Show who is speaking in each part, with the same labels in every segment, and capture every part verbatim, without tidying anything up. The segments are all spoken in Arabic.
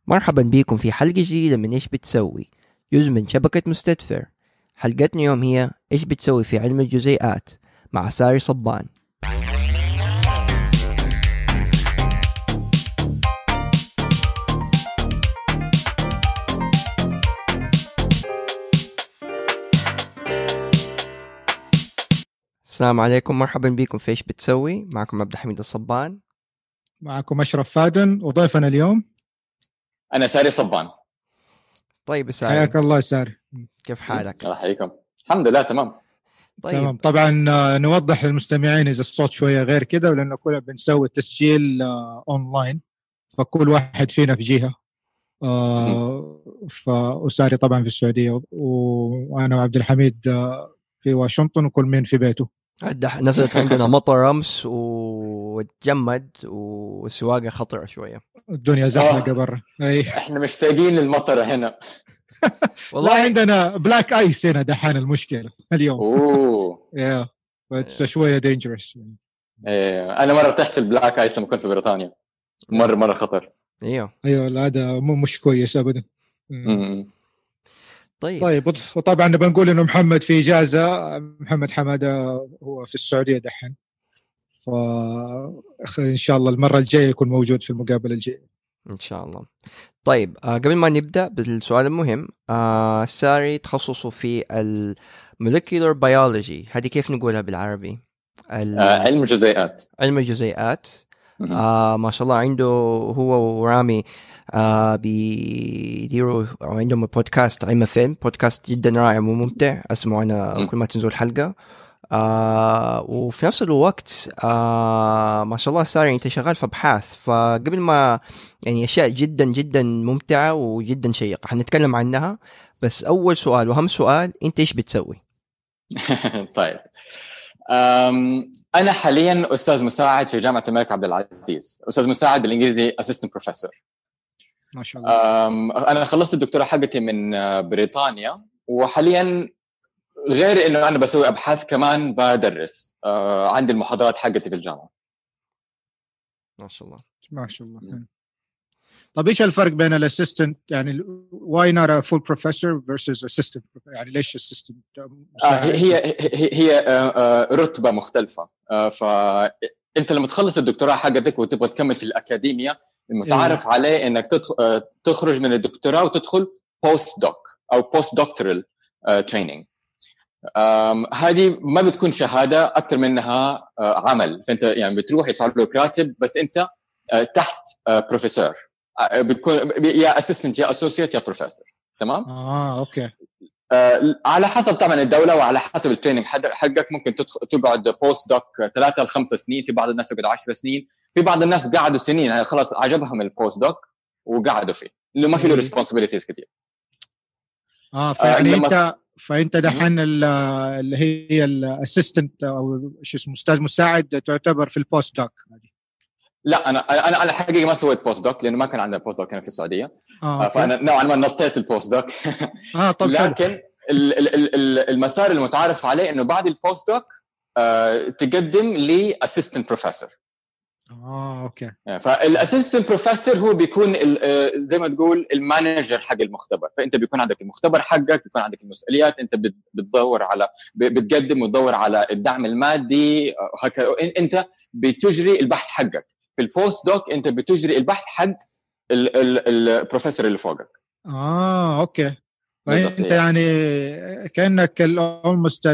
Speaker 1: مرحبا بكم في حلقة جديدة من إيش بتسوي، جزء من شبكة مستدفر. حلقتنا اليوم هي إيش بتسوي في علم الجزيئات مع ساري صبان. السلام عليكم، مرحبا بكم في إيش بتسوي. معكم عبد الحميد الصبان،
Speaker 2: معكم أشرف فادن، وضيفنا اليوم
Speaker 3: أنا ساري صبان.
Speaker 1: طيب ساري،
Speaker 2: حياك الله ساري،
Speaker 1: كيف حالك؟
Speaker 3: الله يحييكم. الحمد لله تمام.
Speaker 1: طيب.
Speaker 2: تمام. طبعا آه، نوضح للمستمعين إذا الصوت شوية غير كده، ولأنه كلنا بنسوي التسجيل آه، أونلاين، فكل واحد فينا في جهة. آه، فأساري طبعا في السعودية، وأنا وعبد الحميد آه، في واشنطن، وكل مين في بيته.
Speaker 1: الدح- نزلت عندنا مطر أمس وتجمد والسواقة خطرة شوية.
Speaker 2: الدنيا زحلقة برا. أي
Speaker 3: احنا مشتاقين للمطر هنا.
Speaker 2: لا، عندنا بلاك آيس هنا دحين المشكلة اليوم.
Speaker 3: اوه
Speaker 2: يا بس شوية دينجرس.
Speaker 3: إيه. انا مره تحت في البلاك ايس لما كنت في بريطانيا، مره مره خطر.
Speaker 1: ايوه
Speaker 2: ايوه، لا هذا مو مش كويس ابدا.
Speaker 3: امم
Speaker 1: طيب.
Speaker 2: طيب، وطبعا بنقول انه محمد في اجازه. محمد حماده هو في السعوديه دحين، فان شاء الله المره الجايه يكون موجود في المقابله الجايه
Speaker 1: ان شاء الله. طيب آه قبل ما نبدا بالسؤال المهم، آه ساري تخصصه في المولكيولر بيولوجي، هذه كيف نقولها بالعربي؟
Speaker 3: آه علم الجزيئات.
Speaker 1: علم الجزيئات. آه ما شاء الله عنده هو ورامي آه بيديروا عندهم بودكاست علم فيلم، بودكاست جدا رائع وممتع، اسمعوا انا كل ما تنزل حلقة. آه وفي نفس الوقت آه ما شاء الله ساري انت شغال في ابحاث، فقبل ما يعني اشياء جدا جدا ممتعة وجدا شيقة حنتكلم عنها، بس اول سؤال واهم سؤال، انت ايش بتسوي؟
Speaker 3: طيب، أم انا حاليا استاذ مساعد في جامعه الملك عبد العزيز، استاذ مساعد بالانجليزي assistant professor.
Speaker 2: ما شاء الله.
Speaker 3: انا خلصت الدكتوراه حقتي من بريطانيا، وحاليا غير انه انا بسوي ابحاث كمان بدرس. آه عندي المحاضرات حقتي في الجامعه.
Speaker 1: ما شاء الله
Speaker 2: ما شاء الله. طب ايش الفرق بين الاسيستنت، يعني why not a full professor versus assistant؟ يعني ليش assistant؟
Speaker 3: آه هي هي هي آه رتبه مختلفه. آه فانت لما تخلص الدكتوراه حقتك وتبغى تكمل في الاكاديميه، المتعارف
Speaker 2: إيه.
Speaker 3: عليه انك تخرج من الدكتوراه وتدخل بوست دوك او بوست دكتورال تريننج. هذه ما بتكون شهاده اكثر منها آه عمل، فانت يعني بتروح يدفع لك راتب، بس انت آه تحت آه بروفيسور، آه بتكون يا اسيستنت يا اسوسيت يا بروفيسور. تمام.
Speaker 2: اه اوكي.
Speaker 3: آه على حسب طبعا الدوله وعلى حسب التريننج حقك. ممكن تدخل تقعد بوست دوك ثلاثة لخمس سنين، في بعض الناس يقعد عشر سنين، في بعض الناس قعدوا سنين يعني خلاص عجبهم البوست دوك وقعدوا فيه، لانه ما في له ريسبونسبيلتيز كثير.
Speaker 2: اه فيعني آه انت فانت دحين اللي هي الاسيستنت او شو اسمه استاذ مساعد تعتبر في البوست دوك هذه؟
Speaker 3: لا انا انا انا حقيقه ما سويت بوست دوك لانه ما كان عندنا بوست دوك هنا في السعوديه.
Speaker 2: آه
Speaker 3: فانا نوعا ما نطيت البوست دوك.
Speaker 2: اه طب
Speaker 3: لكن المسار المتعارف عليه انه بعد البوست دوك آه تقدم لاسيستنت بروفيسور.
Speaker 2: اه اوكي.
Speaker 3: فالاسيستنت بروفيسور هو بيكون زي ما تقول المانجر حق المختبر، فانت بيكون عندك المختبر حقك، بيكون عندك المسؤوليات، انت بتدور على بتقدم وتدور على الدعم المادي هكذا، انت بتجري البحث حقك. في البوست دوك انت بتجري البحث حق البروفيسور اللي فوقك.
Speaker 2: اه اوكي. فانت يعني كانك اولموست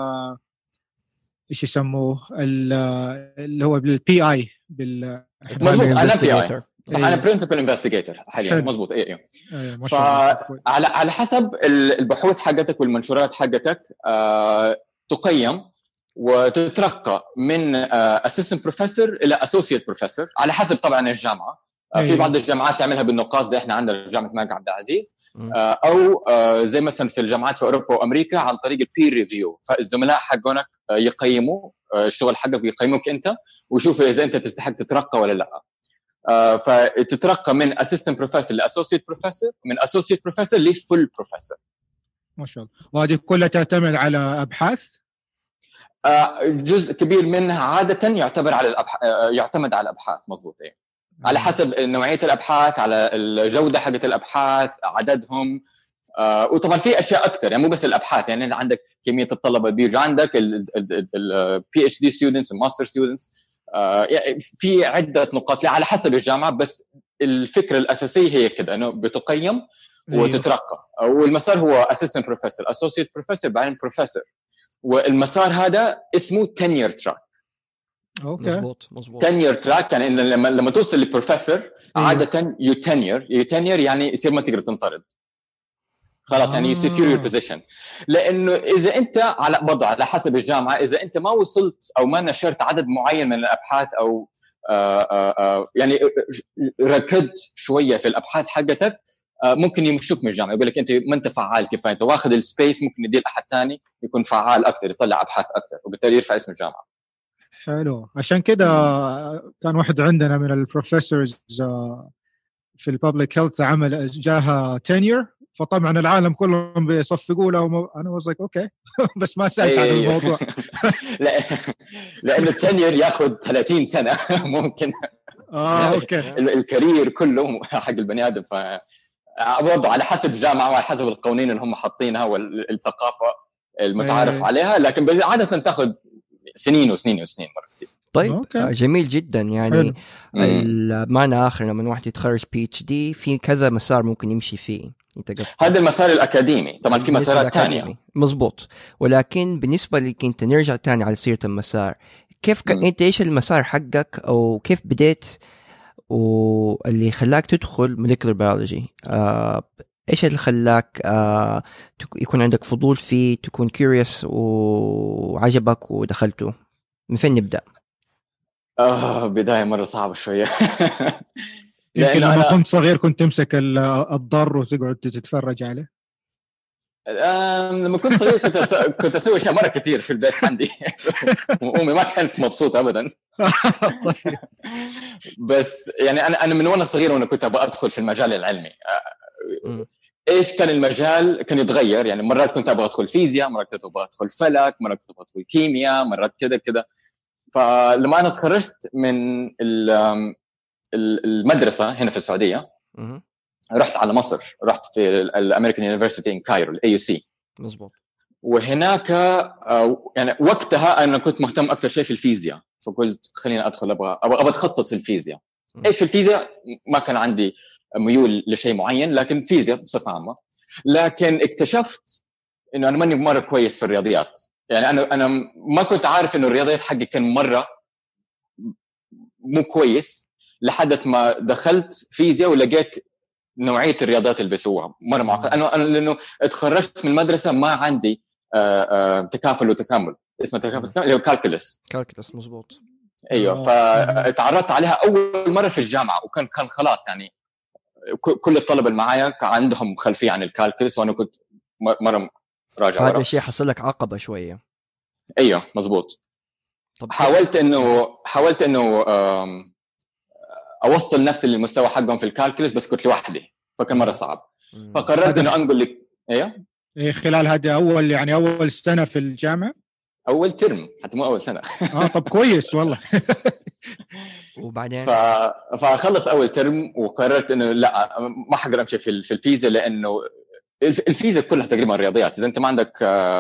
Speaker 2: ايش يسموه اللي هو بالبي اي بال
Speaker 3: مظبوط. انا بي اي صح. انا برنسبل انفستيجيتور حاليا. مظبوط. ايوه ايوه. فعلى على حسب البحوث حقتك والمنشورات حقتك آه تقيم وتترقى من اسيستنت بروفيسور الى اسوسييت بروفيسور على حسب طبعا الجامعه. أيوة. في بعض الجامعات تعملها بالنقاط زي احنا عندنا جامعه الملك عبد العزيز، او زي مثلا في الجامعات في اوروبا وامريكا عن طريق البير ريفيو، فالزملاء حقونك يقيموا الشغل حقك ويقيموك انت ويشوفوا اذا انت تستحق تترقى ولا لا. فتترقى من اسيستنت بروفيسور لاسوسييت بروفيسور، من اسوسييت بروفيسور لفول بروفيسور.
Speaker 2: ما شاء الله. وهذه كلها تعتمد على ابحاث؟
Speaker 3: جزء كبير منها عاده يعتبر على الأبح... يعتمد على الابحاث. مظبوط. ايه على حسب نوعيه الابحاث، على الجوده حقه الابحاث، عددهم. آه وطبعا في اشياء اكثر، يعني مو بس الابحاث، يعني عندك كميه الطلبه بيجوا عندك، البي اتش دي ستودنتس، الماستر ستودنتس، في عده نقاط على حسب الجامعه. بس الفكره الاساسيه هي كده، انه بتقيم وتترقى. والمسار هو اسيستنت بروفيسور، اسوسييت بروفيسور، بعدين بروفيسور. والمسار هذا اسمه تنير تراك.
Speaker 2: اوكي
Speaker 1: مظبوط مظبوط.
Speaker 3: تنير تراك يعني لما لما توصل للبروفيسور عاده يو تنير يو تنير يعني يصير ما تقدر تنطرد خلاص. آه. يعني يسكيور يور بوزيشن. لانه اذا انت على برضه على حسب الجامعه، اذا انت ما وصلت او ما نشرت عدد معين من الابحاث، او آآ آآ يعني ركضت شويه في الابحاث حقتك، ممكن يمشوك من الجامعه، يقول لك انت ما انت فعال كفايه، انت واخذ السبيس، ممكن ندير احد ثاني يكون فعال اكثر، يطلع ابحاث اكثر، وبالتالي يرفع اسم الجامعه.
Speaker 2: حلو. عشان كده كان واحد عندنا من البروفيسورز في البابليك هيلث عمل جاها تنير، فطبعا العالم كلهم بيصفقوا له وم... انا وزك اوكي بس ما سالت عن الموضوع.
Speaker 3: لا لان التنير ياخذ ثلاثين سنه ممكن.
Speaker 2: اه اوكي.
Speaker 3: الكارير كله حق البني ادم. ف برضه على حسب الجامعه وعلى حسب القوانين اللي هم حاطينها والثقافه المتعارف عليها، لكن عاده تاخذ سنين وسنين وسنين مره كثير.
Speaker 1: طيب أوكي. جميل جدا. يعني المعنى آخر لما واحد يتخرج بي اتش دي في كذا مسار ممكن يمشي فيه. انت قصدك
Speaker 3: هذا المسار الأكاديمي، طبعا في مسارات تانية.
Speaker 1: مزبوط. ولكن بالنسبة لك انت نرجع تاني على سيرة المسار، كيف ك... انت ايش المسار حقك او كيف بديت واللي خلاك تدخل molecular biology؟ آه... ايش اللي خلاك آه... يكون عندك فضول فيه، تكون curious وعجبك ودخلته؟ من فين نبدأ؟
Speaker 3: آه بداية مرة صعبة شوية.
Speaker 2: يمكن لما أنا... كنت صغير كنت تمسك الضر وتقعد تتفرج عليه.
Speaker 3: آه لما كنت صغير كنت أس... كنت أسوي أشياء مرة كتير في البيت عندي. وأمي ما كانت مبسوطة أبدا.
Speaker 2: طيب.
Speaker 3: بس يعني أنا أنا من وأنا صغير وأنا كنت أبغى أدخل في المجال العلمي. آه... إيش كان المجال كان يتغير، يعني مرات كنت أبغى أدخل فيزياء، مرات كنت أبغى أدخل فلك، مرات كنت أبغى أدخل كيمياء، مرات كده كده. فلما أنا تخرجت من المدرسة هنا في السعودية، رحت على مصر، رحت في الأمريكان يونيفرسيتي إن كايرو، الأي يو سي.
Speaker 1: مظبوط.
Speaker 3: وهناك يعني وقتها أنا كنت مهتم أكثر شيء في الفيزياء، فقلت خليني أدخل أبغى أبغى أتخصص في الفيزياء. إيش في الفيزياء ما كان عندي ميول لشيء معين، لكن فيزياء بصفة عامة. لكن اكتشفت إنه أنا ماني مرة كويس في الرياضيات. يعني أنا أنا ما كنت عارف إنه الرياضيات حقي كان مرة مو كويس، لحد ما دخلت فيزياء ولقيت نوعية الرياضات اللي بيسووها مرة معقدة. أنا أنا لأنه اتخرجت من المدرسة ما عندي آآ آآ تكافل وتكامل، اسمه تكافل اللي هو كالكولس.
Speaker 1: كالكولس مظبوط.
Speaker 3: أيوة. فاتعرضت عليها أول مرة في الجامعة، وكان كان خلاص يعني كل الطلبة اللي معايا كان عندهم خلفية عن الكالكولس، وأنا كنت مرة راجع.
Speaker 1: هذا الشيء حصل لك عقبة شوية.
Speaker 3: أيوة مظبوط. حاولت إنه حاولت إنه أوصل نفسي للمستوى حقهم في الكالكولس، بس كنت لوحدي فكان مرة صعب. فقررت إنه أنقل لك. أيوة.
Speaker 2: إيه خلال هذا أول يعني أول سنة في الجامعة؟
Speaker 3: أول ترم حتى مو أول سنة.
Speaker 2: آه طب كويس والله.
Speaker 1: وبعدين
Speaker 3: ف... فأخلص أول ترم وقررت إنه لا ما حقدر أمشي في في الفيزياء، لأنه الفيزياء كلها تقريبا رياضيات. إذا أنت ما عندك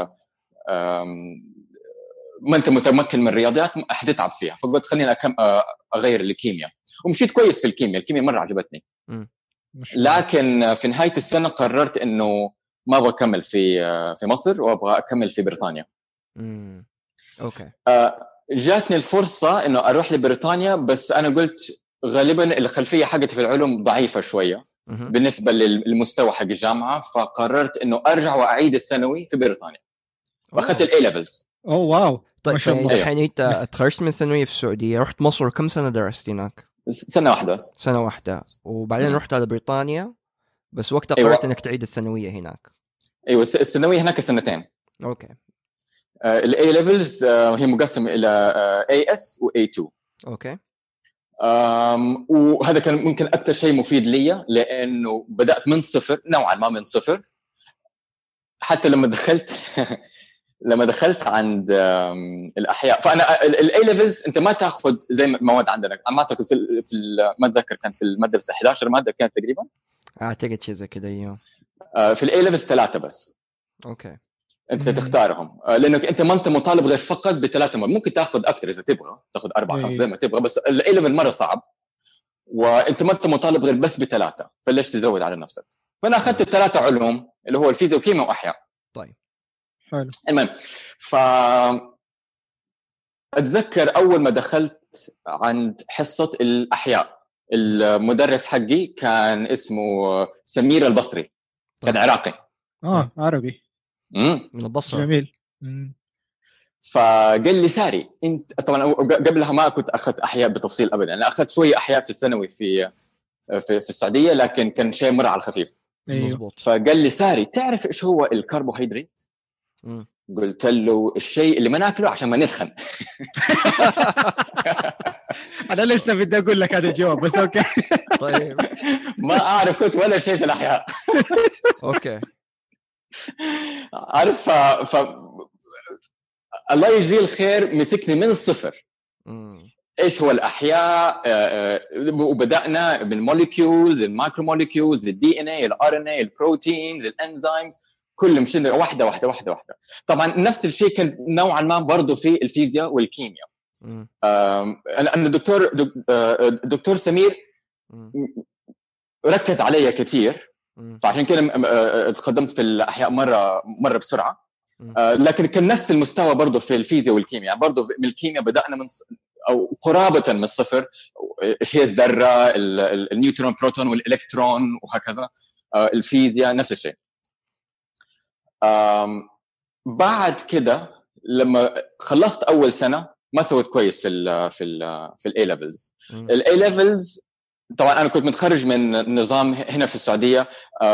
Speaker 3: ما أنت متمكن من الرياضيات حتتعب فيها. فقلت خليني أكم... أغير الكيمياء، ومشيت كويس في الكيمياء. الكيمياء مرة عجبتني. م. لكن في نهاية السنة قررت إنه ما أبغى أكمل في في مصر، وأبغى أكمل في بريطانيا.
Speaker 1: امم أوكي.
Speaker 3: جاتني الفرصة إنه أروح لبريطانيا، بس أنا قلت غالباً الخلفية حقتي في العلوم ضعيفة شوية م- بالنسبة للمستوى حق الجامعة. فقررت إنه أرجع وأعيد الثانوي في بريطانيا، وأخذت الأي ليفلز.
Speaker 2: أوه واو.
Speaker 1: طيب الحين أنت تخرجت من الثانوية في السعودية، رحت مصر كم سنة درست هناك؟
Speaker 3: سنة واحدة بس.
Speaker 1: سنة واحدة. وبعدين م. رحت على بريطانيا، بس وقتها قررت أيوة. إنك تعيد الثانوية هناك.
Speaker 3: أيوة الثانوية هناك سنتين.
Speaker 1: أوكي.
Speaker 3: الاي ليفلز هي مقسم الى اي اس و اي تو.
Speaker 1: اوكي.
Speaker 3: وهذا كان ممكن اكثر شيء مفيد لي، لانه بدات من صفر نوعا ما، من صفر. حتى لما دخلت لما دخلت عند الاحياء، فانا الاي ليفلز انت ما تاخذ زي مواد عندنا، ما اعتقد في ما اتذكر كان في المدرسه إحدى عشرة ماده كانت تقريبا،
Speaker 1: اعتقد شيء زي كده. ايوه
Speaker 3: في الاي ليفلز ثلاثه بس.
Speaker 1: اوكي
Speaker 3: انت تختارهم لانك انت ما انت مطالب غير فقط بثلاثه مواد، ممكن تاخذ اكثر اذا تبغى تاخذ اربعه خمسه زي ما تبغى، بس الاي ليفل مره صعب وانت ما انت مطالب غير بس بثلاثه، فليش تزود على نفسك؟ فانا اخذت الثلاثه علوم اللي هو الفيزياء وكيمياء واحياء.
Speaker 1: طيب
Speaker 2: حلو.
Speaker 3: المهم ف اتذكر اول ما دخلت عند حصه الاحياء المدرس حقي كان اسمه سمير البصري، كان عراقي.
Speaker 2: اه عربي
Speaker 3: امم
Speaker 1: من البصره.
Speaker 2: جميل. مم.
Speaker 3: فقال لي ساري انت، طبعا قبلها ما كنت اخذت احياء بتفصيل ابدا، انا اخذت شويه احياء في الثانوي في في في السعوديه لكن كان شيء مره على الخفيف.
Speaker 1: مظبوط.
Speaker 3: فقال لي ساري تعرف ايش هو الكربوهيدرات؟
Speaker 1: مم.
Speaker 3: قلت له الشيء اللي ما ناكله عشان ما نرخن.
Speaker 2: انا لسه بدي اقول لك هذا الجواب بس اوكي.
Speaker 1: طيب
Speaker 3: ما اعرف كنت ولا شيء في الاحياء.
Speaker 1: اوكي
Speaker 3: عارف ف... ف... الله يجزيه الخير مسكني من الصفر.
Speaker 1: مم.
Speaker 3: ايش هو الاحياء، وبدانا بالموليكيولز، المايكرو موليكيولز، الدي ان اي، الار ان اي، البروتينز، الانزيمز، كل مشينا واحده واحده واحده واحده. طبعا نفس الشيء كان نوعا ما برضه في الفيزياء والكيمياء. انا انا دكتور دكتور سمير ركز عليا كثير، فعشان كده تقدمت في الاحياء مره مره بسرعه. لكن كان نفس المستوى برضه في الفيزياء والكيمياء، برضه من الكيمياء بدانا من او قرابه من الصفر، ايش هي الذره، النيوترون، بروتون والالكترون وهكذا. الفيزياء نفس الشيء. بعد كده لما خلصت اول سنه ما سويت كويس في ال في ال في الاي ليفلز. الاي ليفلز طبعا انا كنت متخرج من نظام هنا في السعوديه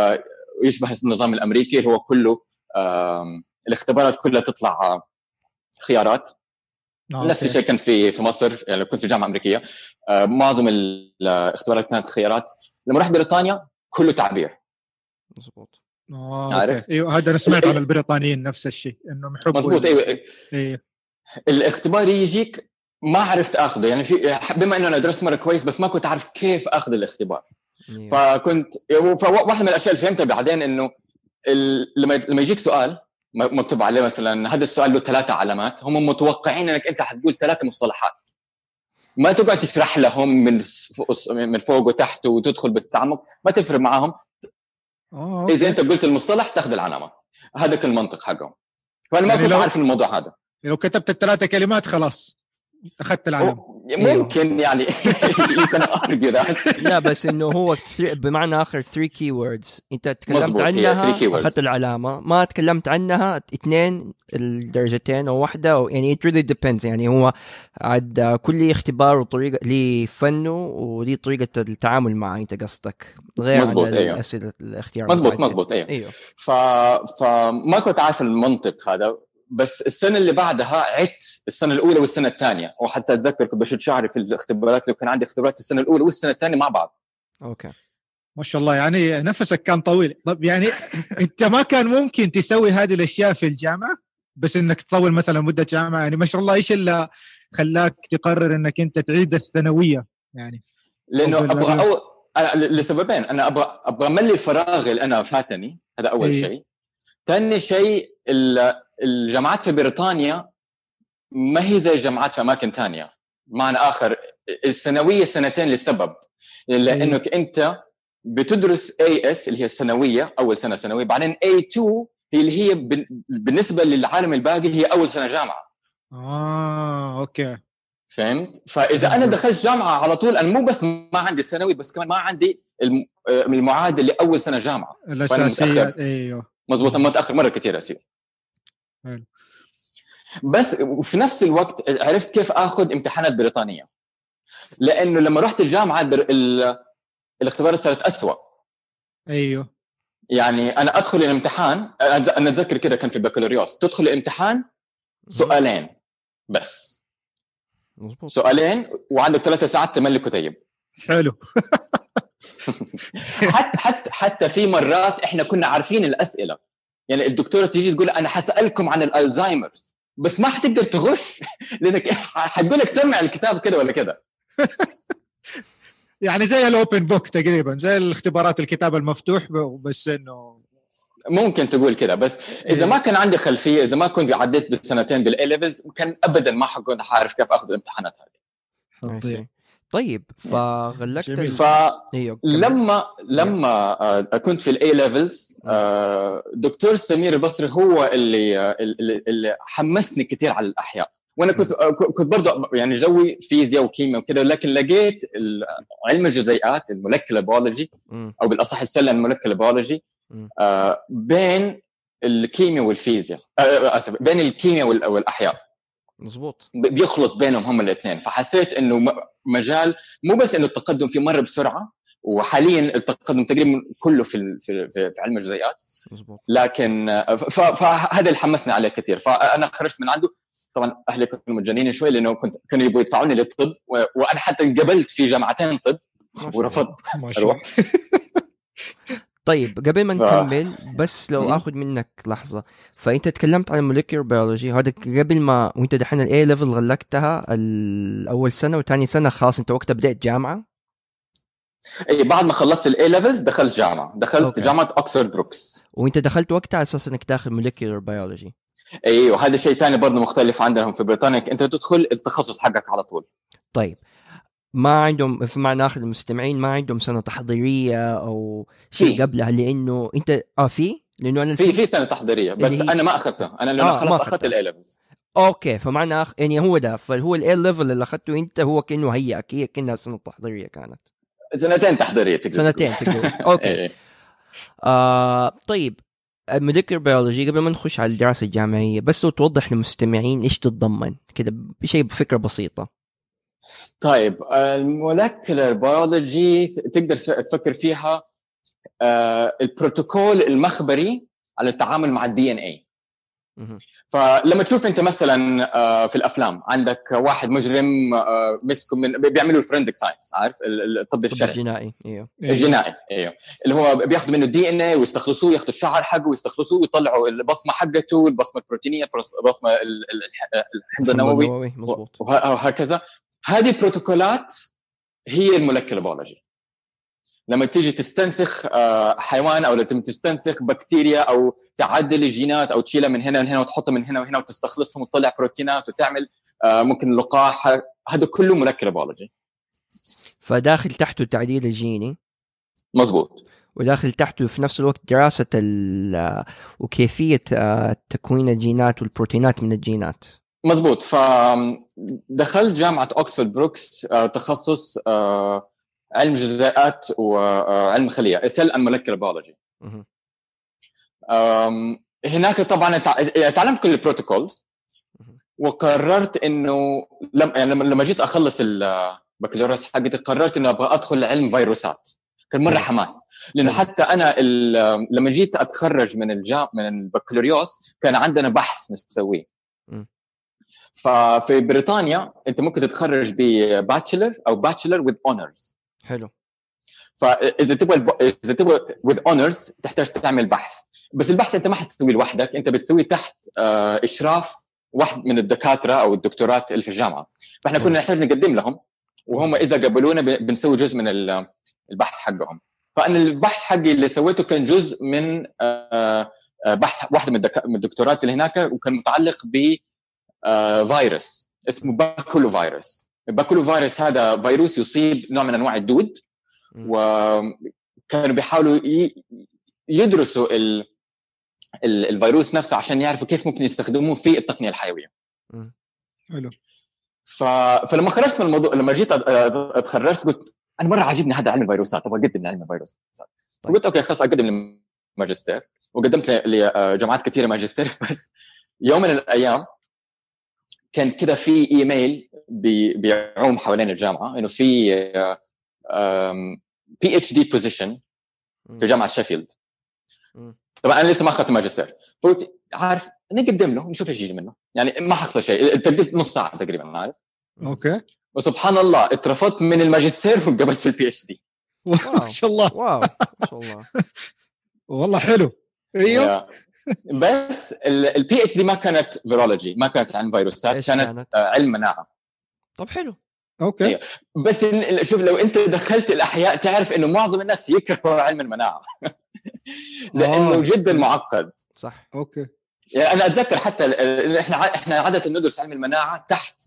Speaker 3: يشبه النظام الامريكي، اللي هو كله الاختبارات كلها تطلع خيارات. نفس الشيء كان في في مصر، يعني كنت في جامعه امريكيه معظم الاختبارات كانت خيارات. لما رحت بريطانيا كله تعبير.
Speaker 2: مظبوط. اه ايوه هذا انا سمعت عن البريطانيين نفس الشيء انهم يحبوا.
Speaker 3: مظبوط. ايوه ايوه الاختبار يجيك ما عرفت اخذه، يعني في بما انه انا درست مره كويس بس ما كنت اعرف كيف اخذ الاختبار. yeah. فكنت فواحده من الاشياء اللي فهمتها بعدين انه لما لما يجيك سؤال مكتوب عليه مثلا هذا السؤال له ثلاثه علامات، هم متوقعين انك انت حتقول ثلاثه مصطلحات، ما تقعد تشرح لهم من من فوق وتحت وتدخل بالتعمق، ما تفرق معاهم.
Speaker 2: اه
Speaker 3: اذا انت قلت المصطلح تاخذ العلامه، هذا كان المنطق حقهم. فانا ما يعني كنت عارف الموضوع هذا.
Speaker 2: لو كتبت الثلاثه كلمات خلاص اخذت العلامه.
Speaker 3: ممكن يعني يمكن ارجو
Speaker 1: لا بس انه هو بمعنى اخر ثلاثة كي ووردز انت تكلمت عنها اخذت العلامه، ما تكلمت عنها اثنين الدرجتين او واحده أو يعني it really depends. يعني هو عاد كل اختبار وطريقه ليه فنه وليه طريقه التعامل معه، انت قصدك غير عن الاسئله أيوه. الاختيار
Speaker 3: مزبوط مزبوط ايوه, أيوه. ف... فما كنت عارف المنطق هذا. بس السنة اللي بعدها عدت السنة الأولى والسنة الثانية، وحتى أتذكر كنت بشد شعري في الاختبارات لو كان عندي اختبارات السنة الأولى والسنة الثانية مع بعض.
Speaker 1: أوكي
Speaker 2: ما شاء الله، يعني نفسك كان طويل. طب يعني أنت ما كان ممكن تسوي هذه الأشياء في الجامعة بس إنك تطول مثلا مدة جامعة؟ يعني ما شاء الله إيش اللي خلاك تقرر إنك أنت تعيد الثانوية يعني؟
Speaker 3: لأنه أبغى أو لسببين. أنا أبغى أبغى أملي الفراغ اللي أنا فاتني، هذا أول إيه. شيء. ثاني شيء الجامعات في بريطانيا ما هي زي الجامعات في أماكن تانية. معنى آخر السنوية سنتين للسبب لأنك أنت بتدرس إيه إس اللي هي السنوية، أول سنة سنوية، بعدين إيه تو هي اللي هي بالنسبة للعالم الباقي هي أول سنة جامعة.
Speaker 2: آه أوكي
Speaker 3: فهمت؟ فإذا أنا دخلت جامعة على طول أنا مو بس ما عندي السنوي بس كمان ما عندي المعادل لأول سنة جامعة
Speaker 2: الأساسية. أيوه
Speaker 3: مظبوط، ما تأخر مرة كتير أسير. بس في نفس الوقت عرفت كيف أخذ امتحانات بريطانية، لأنه لما رحت الجامعة ال... الاختبارات صارت أسوأ.
Speaker 2: أيوه
Speaker 3: يعني أنا أدخل الامتحان، أنا أتذكر كده كان في البكالوريوس تدخل الامتحان سؤالين بس مزبوط. سؤالين وعندك ثلاثة ساعات تملك كتيب.
Speaker 2: حلو.
Speaker 3: حتى حتى حتى في مرات احنا كنا عارفين الاسئله، يعني الدكتوره تيجي تقول انا حسالكم عن الالزايمرز بس ما حتقدر تغش لانك حتقول لك سمع الكتاب كده ولا كده.
Speaker 2: يعني زي الاوبن بوك تقريبا، زي الاختبارات الكتاب المفتوح، بس انه
Speaker 3: ممكن تقول كده. بس اذا ما كان عندي خلفيه، اذا ما كنت عديت بالسنتين بالاي ليفلز، كان ابدا ما حكون عارف كيف اخذ الامتحانات هذه.
Speaker 1: طيب فغلقت
Speaker 3: ال... ف لما لما آه كنت في الاي ليفلز، آه دكتور سمير البصري هو اللي اللي, اللي حمسني كثير على الاحياء. وانا كنت كنت برضه يعني جوي فيزياء وكيمياء وكده، لكن لقيت علم الجزيئات المولكيولر بيولوجي او بالاصح السله المولكيولر بيولوجي آه بين الكيمياء والفيزياء، آه اسف بين الكيمياء والاحياء.
Speaker 1: مظبوط،
Speaker 3: بيخلط بينهم هم الاثنين. فحسيت انه مجال مو بس انه التقدم فيه مره بسرعه، وحاليا التقدم تقريبا كله في في, في علم الجزيئات.
Speaker 1: مظبوط.
Speaker 3: لكن فهذا اللي حمسني عليه كثير. فانا خرجت من عنده. طبعا اهلي كانوا مجانين شوي لانه كنت كانوا يبغوا يدفعوني للطب، وانا حتى انقبلت في جامعتين طب ورفضت اروح.
Speaker 1: طيب قبل ما نكمل بس لو اخذ منك لحظه، فانت تكلمت عن المولكيولر بيولوجي هذا قبل ما، وانت دحين الاي ليفل غلقتها الاول سنه وثاني سنه خلاص انت وقتها بدأت جامعه؟
Speaker 3: اي بعد ما خلصت الاي ليفلز دخلت جامعه، دخلت أوكي. جامعه اوكسفورد بروكس.
Speaker 1: وانت دخلت وقتها على اساس انك داخل مولكيولر بيولوجي؟
Speaker 3: ايوه، وهذا شيء ثاني برضه مختلف عندهم في بريطانيا، انت تدخل التخصص حقك على طول.
Speaker 1: طيب ما عندهم في معنى آخر المستمعين ما عندهم سنة تحضيرية أو شيء قبلها؟ لأنه أنت آه في لأنه أنا
Speaker 3: في في سنة تحضيرية بس أنا ما أخذتها. أنا لما آه خلص أخذت الأي ليفل.
Speaker 1: أوكي، فمعنى أخ يعني هو ده، فهو الأي ليفل اللي أخذته أنت هو كأنه هيئك، هي كأنها سنة تحضيرية كانت
Speaker 3: سنتين تحضيرية تقدر
Speaker 1: سنتين تقدر أوكي. آه طيب المولكيولر بيولوجي قبل ما نخش على الدراسة الجامعية بس لو توضح للمستمعين إيش تتضمن كده بشيء بفكرة بسيطة.
Speaker 3: طيب المولكيولر بيولوجي تقدر تفكر فيها آه البروتوكول المخبري على التعامل مع الدي ان اي. فلما تشوف انت مثلا آه في الافلام عندك واحد مجرم آه مسكوا من بيعملوا الفرنسيك ساينس، عارف الطب الشرعي
Speaker 1: الجنائي. ايوه
Speaker 3: الجنائي ايوه اللي هو بياخذوا منه الدي ان اي ويستخلصوه، ياخذوا الشعر حقه ويستخلصوه ويطلعوا البصمه حقته، البصمه البروتينيه، البصمه الحمض النووي وهكذا. هذه البروتوكولات هي المولكيولر بيولوجي. لما تيجي تستنسخ حيوان او لما تستنسخ بكتيريا او تعدل الجينات او تشيلها من هنا وهنا وتحطها من هنا وهنا وتستخلصهم وتطلع بروتينات وتعمل ممكن لقاح، هذا كله مولكيولر بيولوجي.
Speaker 1: فداخل تحته التعديل الجيني.
Speaker 3: مظبوط.
Speaker 1: وداخل تحته في نفس الوقت دراسة وكيفية تكوين الجينات والبروتينات من الجينات.
Speaker 3: مظبوط. فدخلت جامعة أوكسفورد بروكس تخصص علم جزيئات وعلم خلية سيل اند مولكيولر بيولوجي. هناك طبعا تعلمت كل البروتوكولز وقررت انه لما يعني لما جيت اخلص البكالوريوس حقتي قررت انه ابغى ادخل علم فيروسات. كان مره حماس لانه حتى انا لما جيت اتخرج من الجام من البكالوريوس كان عندنا بحث نسويه. ففي بريطانيا انت ممكن تتخرج بباتشلر او باتشلر with honors.
Speaker 1: حلو.
Speaker 3: فاذا تبغى اذا تبغى with honors تحتاج تعمل بحث، بس البحث انت ما حتسويه لوحدك، انت بتسويه تحت آه اشراف واحد من الدكاتره او الدكتورات اللي في الجامعه. فاحنا كنا نحتاج نقدم لهم وهم اذا قبلونا بنسوي جزء من البحث حقهم. فانا البحث حقي اللي سويته كان جزء من آه بحث واحده من الدكتورات اللي هناك، وكان متعلق ب فيروس اسمه باكولو فيروس. الباكولو فيروس هذا فيروس يصيب نوع من انواع الدود، وكانوا بيحاولوا يدرسوا ال الفيروس نفسه عشان يعرفوا كيف ممكن يستخدموه في التقنيه الحيويه.
Speaker 2: حلو.
Speaker 3: ف... فلما خرجت من الموضوع، لما جيت اتخرجت قلت انا مره عاجبني هذا علم الفيروسات، ابغى اقدم لعلم الفيروسات. طيب. قلت اوكي خلاص اقدم للماجستير، وقدمت لجامعات كثيره ماجستير. بس يوم من الايام كان كده في ايميل بيعوم حوالين الجامعه انه في بي اتش دي بوزيشن في جامعه شيفيلد. طبعا انا لسه ما اخذت ماجستير، فقلت عارف نقدم له نشوف ايش يجي منه، يعني ما حخسر شيء. التقديم نص ساعه تقريبا عارف.
Speaker 2: اوكي.
Speaker 3: وسبحان الله اترفضت من الماجستير وقبلت في البي اتش دي.
Speaker 2: ما شاء الله.
Speaker 1: واو ما شاء الله.
Speaker 2: والله حلو. ايوه
Speaker 3: بس البي اتش دي ما كانت فيرولوجي، ما كانت عن فيروسات، كانت, كانت علم مناعه.
Speaker 1: طب حلو
Speaker 2: اوكي.
Speaker 3: أيوه. بس شوف لو انت دخلت الاحياء تعرف انه معظم الناس يكرهوا علم المناعه لانه آه. جدا معقد.
Speaker 1: صح.
Speaker 2: اوكي.
Speaker 3: يعني انا اتذكر حتى احنا احنا عاده ندرس علم المناعه تحت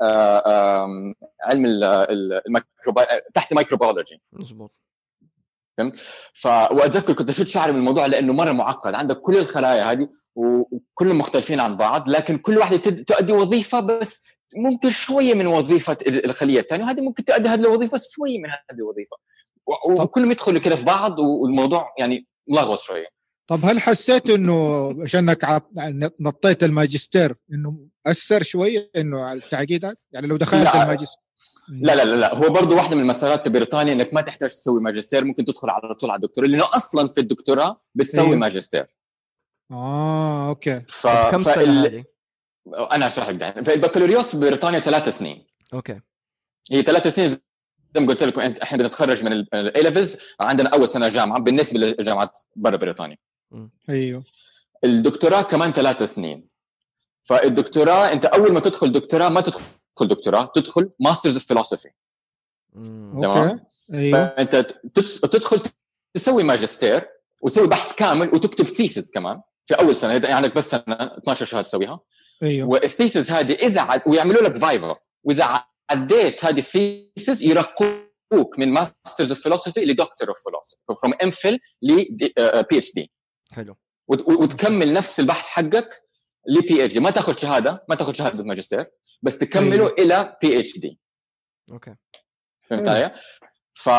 Speaker 3: علم الميكروب تحت مايكروبيولوجي.
Speaker 1: مظبوط.
Speaker 3: فهمت. فواتذكر كنت اشد شعري من الموضوع لانه مره معقد، عندك كل الخلايا هذه وكلهم مختلفين عن بعض، لكن كل واحده تؤدي وظيفه بس ممكن شويه من وظيفه الخليه الثانيه، وهذه ممكن تؤدي هذه الوظيفه بس شويه من هذه الوظيفه، وكلهم يدخلوا كده في بعض والموضوع يعني ملغوص شويه.
Speaker 2: طب هل حسيت انه عشانك نطيت الماجستير انه اثر شويه انه على التعقيدات؟ يعني لو دخلت الماجستير
Speaker 3: لا لا لا لا هو برضو واحدة من المسارات في بريطانيا انك ما تحتاج تسوي ماجستير، ممكن تدخل على طول على الدكتوراه، لانه اصلا في الدكتوراه بتسوي أيوه. ماجستير.
Speaker 2: اه اوكي.
Speaker 3: ف...
Speaker 1: كم سنه
Speaker 3: فال...
Speaker 1: هذه؟
Speaker 3: انا اشرح لك دحين. فالبكالوريوس في بريطانيا ثلاث سنين.
Speaker 1: اوكي.
Speaker 3: هي ثلاث سنين زي ما قلت لكم، انت احنا بنتخرج من الاي ليفلز، عندنا اول سنه جامعه بالنسبه للجامعات برا بريطانيا.
Speaker 2: ايوه.
Speaker 3: الدكتوراه كمان ثلاث سنين. فالدكتوراه انت اول ما تدخل دكتوراه ما تدخل تدخل دكتوراه، تدخل ماسترز اوف فيلوسفي.
Speaker 2: تمام. ايوه.
Speaker 3: انت تدخل تسوي ماجستير وتسوي بحث كامل وتكتب ثيسز كمان في اول سنه، يعني عندك بس سنه اثناشر شهر تسويها.
Speaker 2: ايوه.
Speaker 3: والثيسز هذه اذا عد... ويعملوا لك فايفا، واذا عديت هذه الثيسز يرقوك من ماسترز اوف فيلوسفي لدكتور اوف فيلوسفي، فروم ام فيل لبي اتش دي.
Speaker 1: حلو.
Speaker 3: وت... وتكمل نفس البحث حقك لبي اتش دي، ما تاخذ شهاده ما تاخذ شهاده ماجستير، بس تكمله أيوه. الى بي اتش دي.
Speaker 1: اوكي.
Speaker 3: فهمت علي؟ ف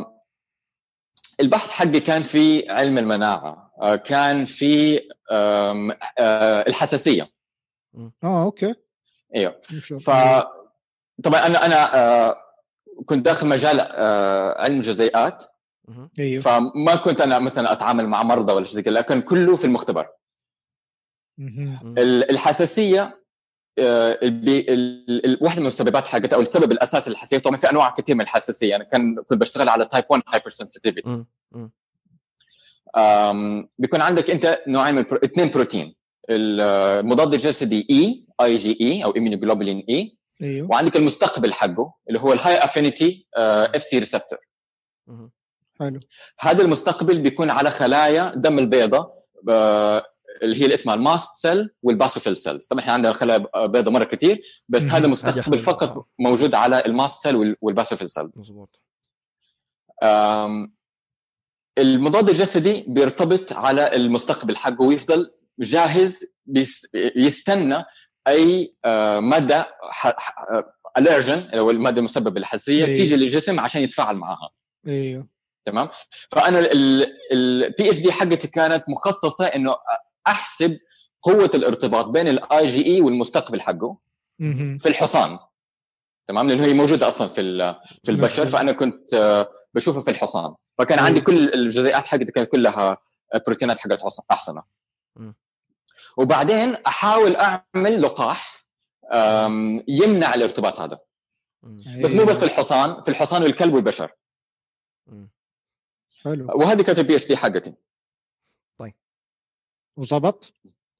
Speaker 3: البحث حقي كان في علم المناعه، كان في الحساسيه.
Speaker 2: اه اوكي.
Speaker 3: ايوه. ف طبعا انا انا كنت داخل مجال علم الجزيئات.
Speaker 2: ايوه.
Speaker 3: فما كنت انا مثلا اتعامل مع مرضى ولا شيء زي كذا، لكن كله في المختبر. الحساسيه واحدة من السببات حقتها او السبب الاساسي للحساسيه، طبعا في انواع كثير من الحساسيه، انا كان كنت بشتغل على تايب واحد هايبر سنسيتيفيتي. بيكون عندك انت نوعين من برو... اثنين بروتين، المضاد الجسدي اي اي جي اي او immunoglobulin اي،
Speaker 2: ايوه.
Speaker 3: وعندك المستقبل حقه اللي هو الهاي افينيتي اف سي ريسبتور.
Speaker 2: حلو.
Speaker 3: هذا المستقبل بيكون على خلايا دم البيضاء اللي هي اللي اسمها الماست سيل والباسوفيل سيلز. طبعا احنا عندنا خلايا بيضاء مره كثير، بس هذا مستقبل فقط موجود على الماست سيل والباسوفيل سيلز.
Speaker 1: مظبوط.
Speaker 3: المضاد الجسدي بيرتبط على المستقبل حقه ويفضل جاهز يستنى اي ماده الرجن اللي هو الماده المسببه للحساسيه أيوه. تيجي للجسم عشان يتفاعل معها.
Speaker 2: ايوه
Speaker 3: تمام. فانا البي اتش دي حقتي كانت مخصصه انه احسب قوه الارتباط بين الاي جي اي والمستقبل حقه في الحصان. تمام، لانه هي موجوده اصلا في في البشر، فانا كنت بشوفها في الحصان، فكان عندي كل الجزيئات حقتي كانت كلها بروتينات حقت احصنه. وبعدين احاول اعمل لقاح يمنع الارتباط هذا، بس مو بس في الحصان، في الحصان والكلب والبشر.
Speaker 2: حلو.
Speaker 3: وهذه كانت البي اتش دي حقتي.
Speaker 1: طيب
Speaker 2: وظبط؟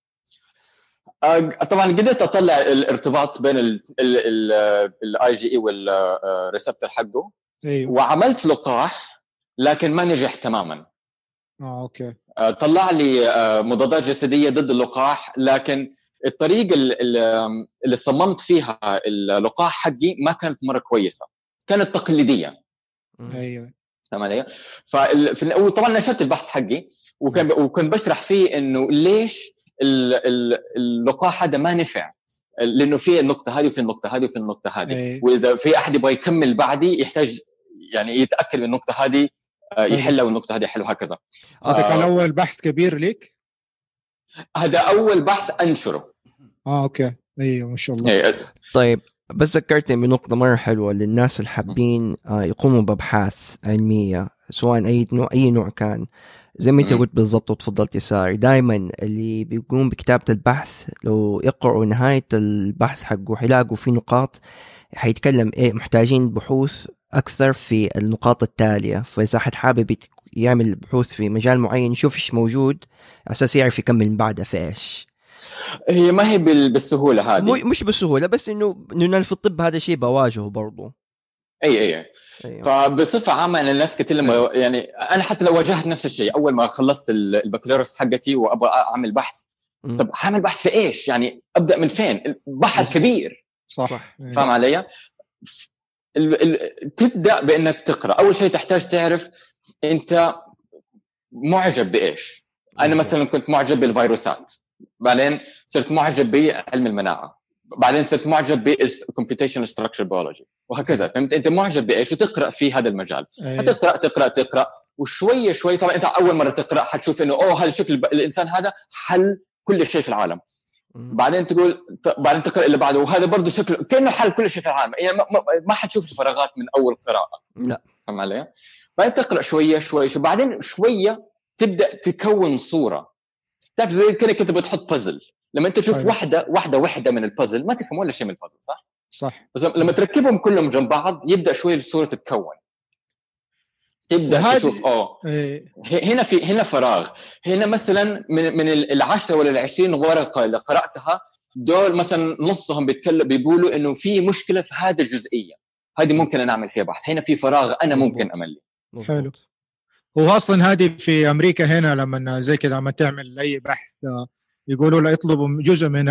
Speaker 3: طبعا قدرت اطلع الارتباط بين الاي جي اي والريسبتور حقه.
Speaker 2: ايوه.
Speaker 3: وعملت لقاح لكن ما نجح تماما.
Speaker 2: اه اوكي.
Speaker 3: طلع لي مضادات جسديه ضد اللقاح، لكن الطريقه اللي صممت فيها اللقاح حقي ما كانت مره كويسه، كانت تقليديه.
Speaker 2: ايوه
Speaker 3: تمام. فطبعا نشرت البحث حقي وكان وكنت بشرح فيه انه ليش اللقاح هذا ما نفع، لانه في النقطه هذه وفي النقطه هذه وفي النقطه هذه. أيوة. واذا في احد يبغى يكمل بعدي يحتاج يعني يتاكد من النقطه هذه يحلها والنقطه هذه يحلها هكذا.
Speaker 2: هذا كان اول بحث كبير لك؟
Speaker 3: هذا اول بحث انشره.
Speaker 2: اه اوكي. ايوه ما شاء الله.
Speaker 3: أيوة.
Speaker 1: طيب بس ذكرتني بنقطة مرة حلوة للناس اللي حابين يقوموا بأبحاث علمية سواء أي نوع أي نوع كان، زي ما أنت قلت بالضبط وتفضلت يساري، دائما اللي بيقوم بكتابة البحث لو يقرأوا نهاية البحث حقه حيلاقوا في نقاط حيتكلم إيه محتاجين بحوث أكثر في النقاط التالية. فإذا حد حابب يعمل بحوث في مجال معين يشوف ايش موجود اساس يعرف يكمل من بعدها في ايش.
Speaker 3: هي ما هي بالسهوله هذه،
Speaker 1: مش بالسهوله، بس انه انه في الطب هذا شيء بواجهه برضو.
Speaker 3: اي اي أيوة. فبصفه عامه انا الناس كتير لما يعني انا حتى لو واجهت نفس الشيء اول ما خلصت البكالوريوس حقتي وابغى اعمل بحث، م. طب حاعمل بحث في ايش؟ يعني ابدا من فين؟ بحث كبير.
Speaker 2: صح
Speaker 3: فاهم علي؟ ال ال تبدا بانك تقرا. اول شيء تحتاج تعرف انت معجب بايش. انا مثلا كنت معجب بالفيروسات، بعدين صرت معجب بعلم المناعه، بعدين صرت معجب بالكمبيوتيشن ستراكشر بيولوجي، وهكذا. فهمت؟ انت معجب بايش وتقرا في هذا المجال. هتقرا تقرا تقرا وشويه شوي. طبعا انت اول مره تقرا حتشوف انه اوه هذا شكل الانسان هذا حل كل شيء في العالم. بعدين تقول بعدين تقرا اللي بعده وهذا برضه شكله كانه حل كل شيء في العالم. يعني ما, ما حتشوف الفراغات من اول قراءه.
Speaker 1: لا
Speaker 3: فهم علي؟ بعدين تقرا شويه شوي شوي بعدين شويه تبدا تكون صوره. تعرف زي كده كده بتحط بازل. لما انت تشوف واحده واحده واحده من البازل ما تفهم ولا شيء من البازل، صح
Speaker 2: صح.
Speaker 3: بس لما تركبهم كلهم جنب بعض يبدا شويه الصوره تتكون. تبدا تشوف اه
Speaker 2: ايه.
Speaker 3: هنا في هنا فراغ. هنا مثلا من من العشرة ولا العشرين ورقه اللي قراتها دول مثلا نصهم بيتكلم بيقولوا انه في مشكله في هذه الجزئيه، هذه ممكن انا اعمل فيها بحث. هنا في فراغ انا ممكن املي.
Speaker 2: حلو. هو اصلا هذه في امريكا هنا لما زي كده لما تعمل اي بحث يقولوا له اطلبوا جزء من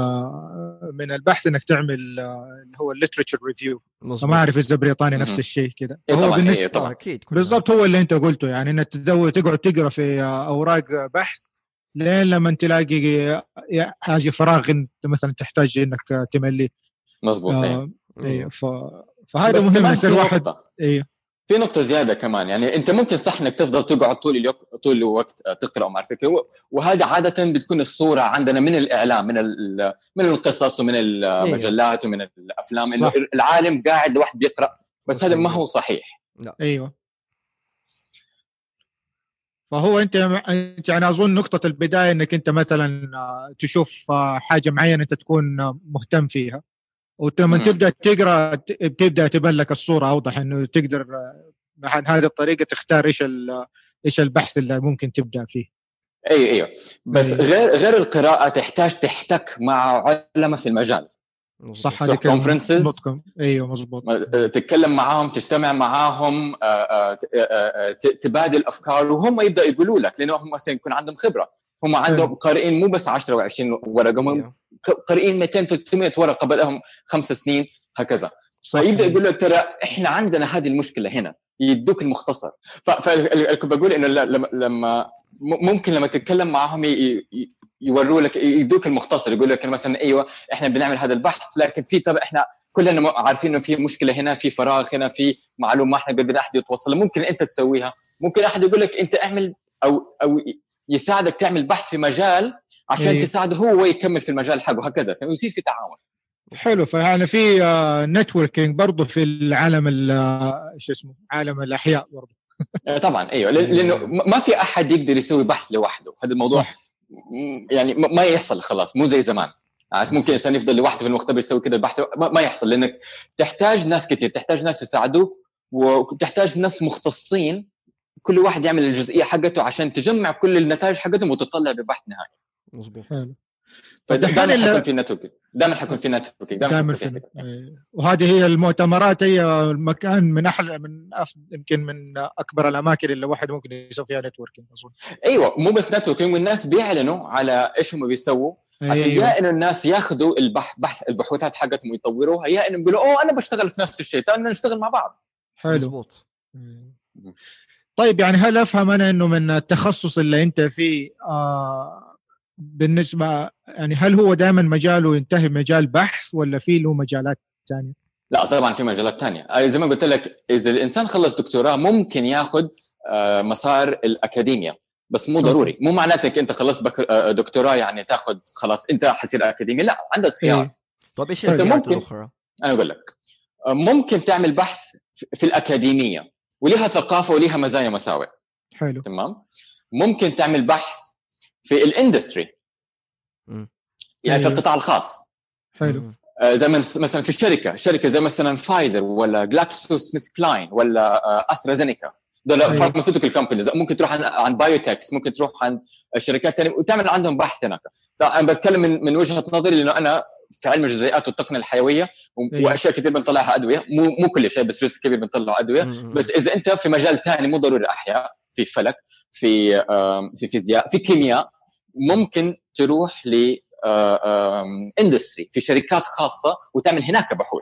Speaker 2: من البحث انك تعمل اللي هو الليتريتشر ريفيو. ما اعرف اذا بريطانيا نفس الشيء كده.
Speaker 3: إيه
Speaker 2: هو
Speaker 3: بالنسبه
Speaker 2: إيه اكيد بالضبط هو اللي انت قلته، يعني انك تدور تقعد تقرا في اوراق بحث لين لما تلاقي حاجه فراغ انت مثلا تحتاج انك تملي.
Speaker 3: مظبوط.
Speaker 2: آه ايه ف... فهذا مهم يصير واحد. ايه
Speaker 3: في نقطة زيادة كمان، يعني أنت ممكن صح إنك تفضل تقعد طول اليوم طول الوقت تقرأ وما أعرف كيف، وهذا عادة بتكون الصورة عندنا من الإعلام، من من القصص ومن المجلات ومن الأفلام، إنه العالم قاعد لوحده بيقرأ، بس هذا ما هو صحيح.
Speaker 2: لا. أيوة. فهو أنت أنت يعني أظن نقطة البداية إنك أنت مثلا تشوف حاجة معينة أنت تكون مهتم فيها، ولما تبدا تقرا بتبدا تبان لك الصوره اوضح، انه تقدر عن هذه الطريقه تختار ايش ايش البحث اللي ممكن تبدا فيه.
Speaker 3: اي ايوه بس أيوة. غير غير القراءه تحتاج تحتك مع علماء في المجال.
Speaker 2: صح. هذه
Speaker 3: كونفرنسز.
Speaker 2: ايوه مظبوط.
Speaker 3: تتكلم معاهم، تجتمع معاهم، تبادل افكار، وهم يبدا يقولوا لك، لانه هم مثلا يكون عندهم خبره. هم عندهم قارئين مو بس عشرة وعشرين ورقه، قارئين مئتين ثلاثمئة ورقه قبلهم خمس سنين هكذا. فيبدا يقول لك ترى احنا عندنا هذه المشكله هنا، يدوك المختصر. فبقول انه لما ممكن لما تتكلم معهم يوروا لك، يدوك المختصر، يقول لك مثلا ايوه احنا بنعمل هذا البحث، لكن في طب احنا كلنا عارفين انه في مشكله هنا، في فراغ هنا، في معلومه احنا قادرين احد يتوصل، ممكن انت تسويها، ممكن احد يقول لك انت اعمل او او يساعدك تعمل بحث في مجال عشان إيه. تساعده هو ويكمل في المجال حقه، هكذا يصير في تعاون.
Speaker 2: حلو. فيعني في نتوركينج برضه في العالم شو اسمه عالم الاحياء برضه.
Speaker 3: طبعا ايوه، لانه ما في احد يقدر يسوي بحث لوحده. هذا الموضوع صح. يعني ما يحصل خلاص، مو زي زمان. عارف ممكن انسان يفضل لوحده في المختبر يسوي كده البحث، ما يحصل، لانك تحتاج ناس كتير، تحتاج ناس يساعدوك، وتحتاج ناس مختصين كل واحد يعمل الجزئيه حقته عشان تجمع كل النتائج حقتهم وتطلع ببحث نهائي.
Speaker 1: مظبوط.
Speaker 3: فدائما حيكون في نتورك، دائما حيكون في نتورك، دائما في نتورك.
Speaker 2: وهذه هي المؤتمرات، هي مكان من احلى من يمكن من اكبر الاماكن اللي الواحد ممكن يسوي فيها نتوركينج اظن.
Speaker 3: ايوه مو بس نتوركينج، والناس بيعلنوا على ايش هم بيسووا عشان أيوة. يا انه الناس ياخذوا البحث بحث البحوثات حقتهم ويطوروها، يا انهم يقولوا اوه انا بشتغل في نفس الشيء، تعالوا نشتغل مع بعض.
Speaker 2: حلو. مظبوط. طيب يعني هل افهم انا انه من التخصص اللي انت فيه آه بالنسبه يعني هل هو دائما مجاله ينتهي مجال بحث ولا في له مجالات ثانيه؟
Speaker 3: لا طبعا في مجالات ثانيه. زي ما قلت لك اذا الانسان خلص دكتوراه ممكن ياخذ آه مسار الاكاديميه، بس مو ضروري. مو معناتك انت خلصت دكتوراه يعني تاخذ خلاص انت حتصير اكاديمي، لا عندك خيار.
Speaker 1: طيب ايش الخيارات الاخرى؟
Speaker 3: انا اقول لك ممكن تعمل بحث في الاكاديميه وليها ثقافه وليها مزايا مساوئ.
Speaker 2: حلو.
Speaker 3: تمام. ممكن تعمل بحث في الاندستري، يعني في القطاع الخاص.
Speaker 2: حلو.
Speaker 3: آه زي مثلا في الشركه شركه زي مثلا فايزر ولا جلاكسو سميث كلاين ولا آه استرازينيكا، دول فارماسيوتيكال كومبانيز، ممكن تروح عن عن بايوتكس، ممكن تروح عن شركات ثانيه وتعمل عندهم بحث هناك. انا بتكلم من من وجهه نظري، لانه انا في علم الجزيئات والتقنيه الحيويه واشياء كثير بنطلعها ادويه، مو مو كل شيء بس ريسك كبير بنطلع ادويه. بس اذا انت في مجال ثاني مو ضروري احياء، في فلك، في في فيزياء، في كيمياء، ممكن تروح ل اندستري في شركات خاصه وتعمل هناك بحوث.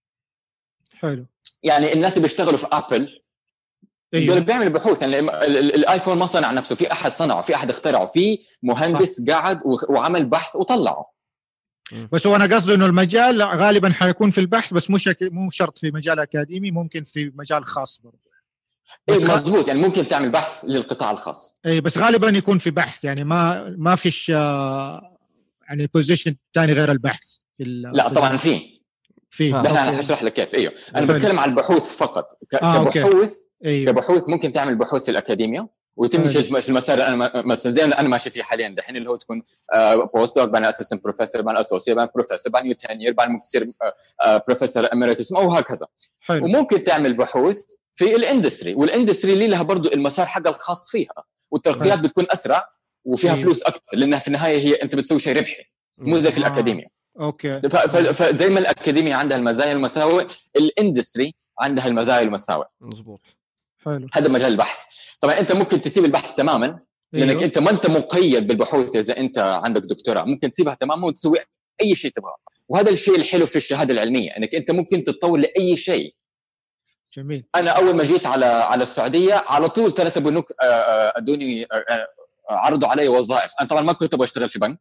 Speaker 2: حلو. يعني
Speaker 3: الناس اللي بيشتغلوا في ابل أيوة. دول بيعملوا بحوث، يعني الايفون ما صنع نفسه، في احد صنعه، في احد اخترعه، في مهندس صح. قاعد وعمل بحث وطلعه.
Speaker 2: بس هو انا قصدي انه المجال غالبا حيكون في البحث، بس مش مو شرط في مجال اكاديمي، ممكن في مجال خاص برضه.
Speaker 3: اي مضبوط، يعني ممكن تعمل بحث للقطاع الخاص.
Speaker 2: اي بس غالبا يكون في بحث، يعني ما ما فيش يعني بوزيشن ثاني غير البحث.
Speaker 3: لا طبعا في
Speaker 2: في
Speaker 3: ده انا هشرح لك كيف. ايوه انا بتكلم عن البحوث فقط.
Speaker 2: آه
Speaker 3: كبحوث
Speaker 2: أيوه.
Speaker 3: كبحوث ممكن تعمل بحوث في الاكاديميه وتمشي أيوه. في المسار انا مثلا زي انا ماشي فيه حاليا دحين، اللي هو تكون بوست دوك، بعدين اسيستنت بروفيسور، بعدين اسوسيت، بعدين بروفيسور، بعدين تنير، بعدين تصير بروفيسور اميريتس او هكذا.
Speaker 2: حلو.
Speaker 3: وممكن تعمل بحوث في الاندستري، والاندستري اللي لها برضو المسار حقها الخاص فيها، والترقيات بتكون اسرع وفيها أيوه. فلوس اكثر، لانها في النهايه هي انت بتسوي شيء ربحي، مو زي في الاكاديميه.
Speaker 2: اوكي.
Speaker 3: فزي ما الاكاديميه عندها المزايا والمساوئ، الاندستري عندها المزايا والمساوئ.
Speaker 1: مظبوط.
Speaker 2: حلو.
Speaker 3: هذا مجال البحث. طبعا انت ممكن تسيب البحث تماما، لانك أيوه. انت ما انت مقيد بالبحوث. اذا انت عندك دكتوراه ممكن تسيبها تماما وتسوي اي شيء تبغاه، وهذا الشيء الحلو في الشهاده العلميه، انك انت ممكن تتطور لاي شيء.
Speaker 2: جميل.
Speaker 3: انا اول ما جيت على على السعوديه على طول ثلاثه بنوك ادوني عرضوا علي وظائف. انا طبعا ما كنت ابغى اشتغل في بنك،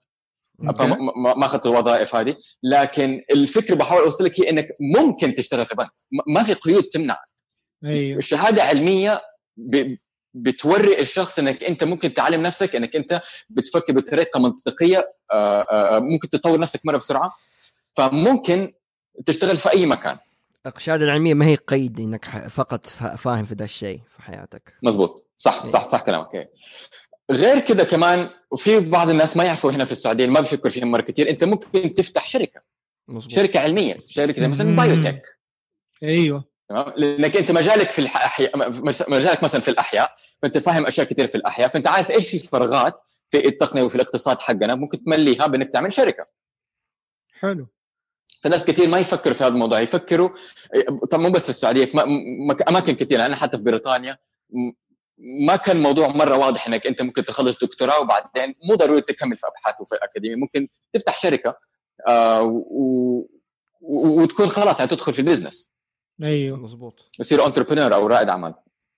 Speaker 3: ما اخذت الوظائف هذه، لكن الفكره بحاول اوصل لك هي انك ممكن تشتغل في بنك، ما في قيود تمنعك.
Speaker 2: أيوه.
Speaker 3: الشهاده علميه بتوري الشخص انك انت ممكن تعلم نفسك، انك انت بتفكر بطريقه منطقيه، ممكن تطور نفسك مره بسرعه، فممكن تشتغل في اي مكان.
Speaker 1: الشهاده العلميه ما هي قيد انك فقط فاهم في ده الشيء في حياتك.
Speaker 3: مزبوط، صح صح صح كلامك. غير كده كمان، وفي بعض الناس ما يعرفوا هنا في السعوديه، ما بيفكروا فيها مره كتير، انت ممكن تفتح شركه مزبوط. شركه علميه، شركه زي مثلا بايوتك.
Speaker 2: ايوه
Speaker 3: تمام، لانك انت مجالك في الاحياء، مجالك مثلا في الاحياء، فانت فاهم اشياء كثير في الاحياء، فانت عارف ايش في فراغات في التقنيه وفي الاقتصاد حقنا، ممكن تمليها بانك تعمل شركه.
Speaker 2: حلو.
Speaker 3: فالناس كثير ما يفكروا في هذا الموضوع، يفكروا طبعا مو بس في السعوديه، في اماكن كثيره، انا حتى في بريطانيا ما كان موضوع مره واضح انك انت ممكن تخلص دكتوراه وبعدين مو ضروري تكمل في ابحاث وفي الاكاديميه، ممكن تفتح شركه آه و... وتكون خلاص يعني تدخل في البزنس.
Speaker 2: ايوه
Speaker 1: مزبوط،
Speaker 3: تصير انتربرينور او رائد اعمال.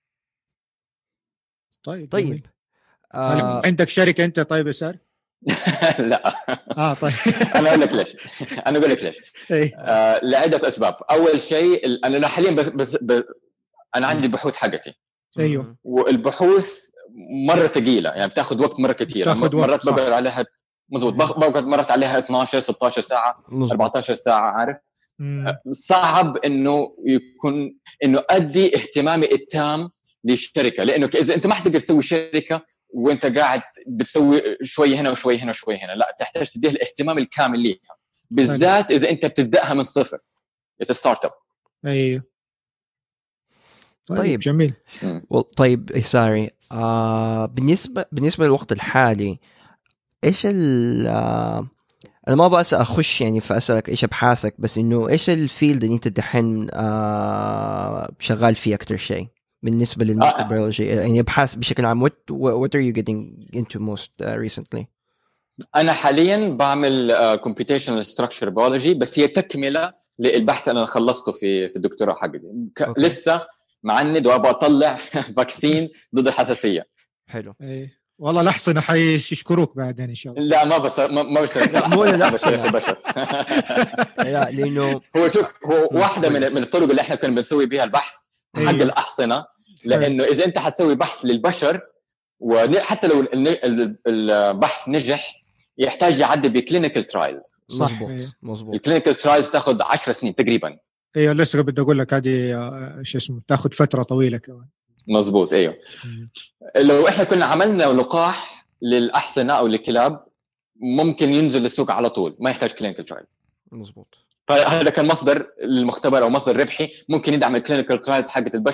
Speaker 2: طيب
Speaker 1: طيب
Speaker 2: آه... عندك شركه انت طيب يسار؟
Speaker 3: لا
Speaker 2: اه طيب
Speaker 3: انا اقول لك ليش انا اقول لك ليش آه لعده اسباب. اول شيء انا حاليا بس... بس... ب... انا عندي بحوث حقتي.
Speaker 2: ايوه.
Speaker 3: والبحوث مره ثقيله، يعني بتاخذ وقت مره كثير، مرات بقعد عليها مزبوط بقعد مرات عليها اثناشر ستاشر ساعه مزبوط. أربعة عشر ساعه، عارف. مم. صعب انه يكون انه ادي اهتمامي التام للشركه، لانه اذا انت ما حتقدر تسوي شركه وانت قاعد بتسوي شوي هنا وشوي هنا وشوي هنا، لا تحتاج تديها الاهتمام الكامل ليها، بالذات اذا انت بتبداها من صفر، it's a startup.
Speaker 2: ايوه
Speaker 1: طيب, طيب
Speaker 2: جميل.
Speaker 1: طيب يساري، آه بالنسبه بالنسبه للوقت الحالي ايش ال آه انا ما بس اخش يعني فاسالك ايش ابحاثك، بس انه ايش الفيلد اللي انت دحين آه شغال فيه اكثر شيء بالنسبه للميكروبيولوجي، يعني ابحاث بشكل عام. what what are you getting into most uh, recently؟
Speaker 3: انا حاليا بعمل uh, computational structure biology، بس هي تكمله للبحث اللي انا خلصته في في الدكتوراه حقتي. ك- لسه معند وابغى اطلع فاكسين ضد الحساسيه.
Speaker 1: حلو.
Speaker 2: ايه والله الاحصنه حيشكروك بعدين ان شاء الله.
Speaker 3: لا ما بس ما ما بشتغل
Speaker 1: مو الاحصنه البشر. لا لانه
Speaker 3: هو شوف هو واحده من من الطرق اللي احنا كنا بنسوي بيها البحث حق الاحصنه، لانه اذا انت حتسوي بحث للبشر وحتى لو البحث نجح يحتاج يعدي بكلينيكال ترايلز.
Speaker 1: مظبوط مظبوط.
Speaker 3: الكلينيكال ترايلز تاخذ عشر سنين تقريبا.
Speaker 2: ايوه لسه بدي اقول لك هذه شو اسمه تاخذ فتره طويله كمان.
Speaker 3: مظبوط ايوه. لو احنا كنا عملنا لقاح للاحصنه او للكلاب ممكن ينزل للسوق على طول، ما يحتاج كلينيكال ترايلز.
Speaker 1: مظبوط.
Speaker 3: فهذا كان مصدر للمختبر او مصدر ربحي، ممكن يدعم الكلينيكال ترايلز حقت البشر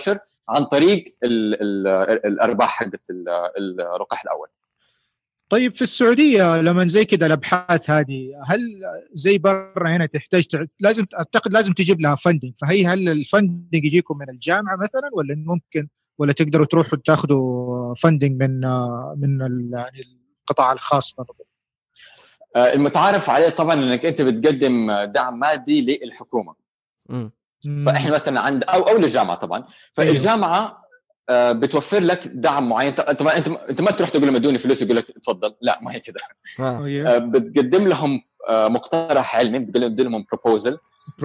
Speaker 3: عن طريق ال ال الارباح حقت الرقح الاول.
Speaker 2: طيب في السعوديه لما زي كده الابحاث هذه، هل زي برا هنا تحتاج تع... لازم اعتقد لازم تجيب لها فندنج، فهي هل الفندنج يجيكم من الجامعه مثلا ولا ممكن ولا تقدروا تروحوا تاخذوا فندنج من من يعني القطاع الخاص برضه؟
Speaker 3: المتعارف عليه طبعا انك انت بتقدم دعم مادي للحكومه. م. فاحنا مثلا عند او او للجامعه طبعا، فالجامعه بتوفر لك دعم معين. طبعا انت انت ما تروح تقول لهم ادوني فلوس يقول لك تفضل، لا ما هي كده. بتقدم لهم مقترح علمي، بتقدم لهم بروبوزل،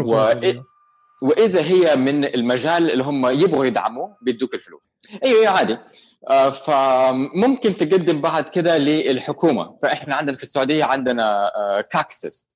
Speaker 3: واذا هي من المجال اللي هم يبغوا يدعموه بيدوك الفلوس. ايوه عادي. فممكن تقدم بعد كده للحكومه. فاحنا عندنا في السعوديه عندنا كاكسس،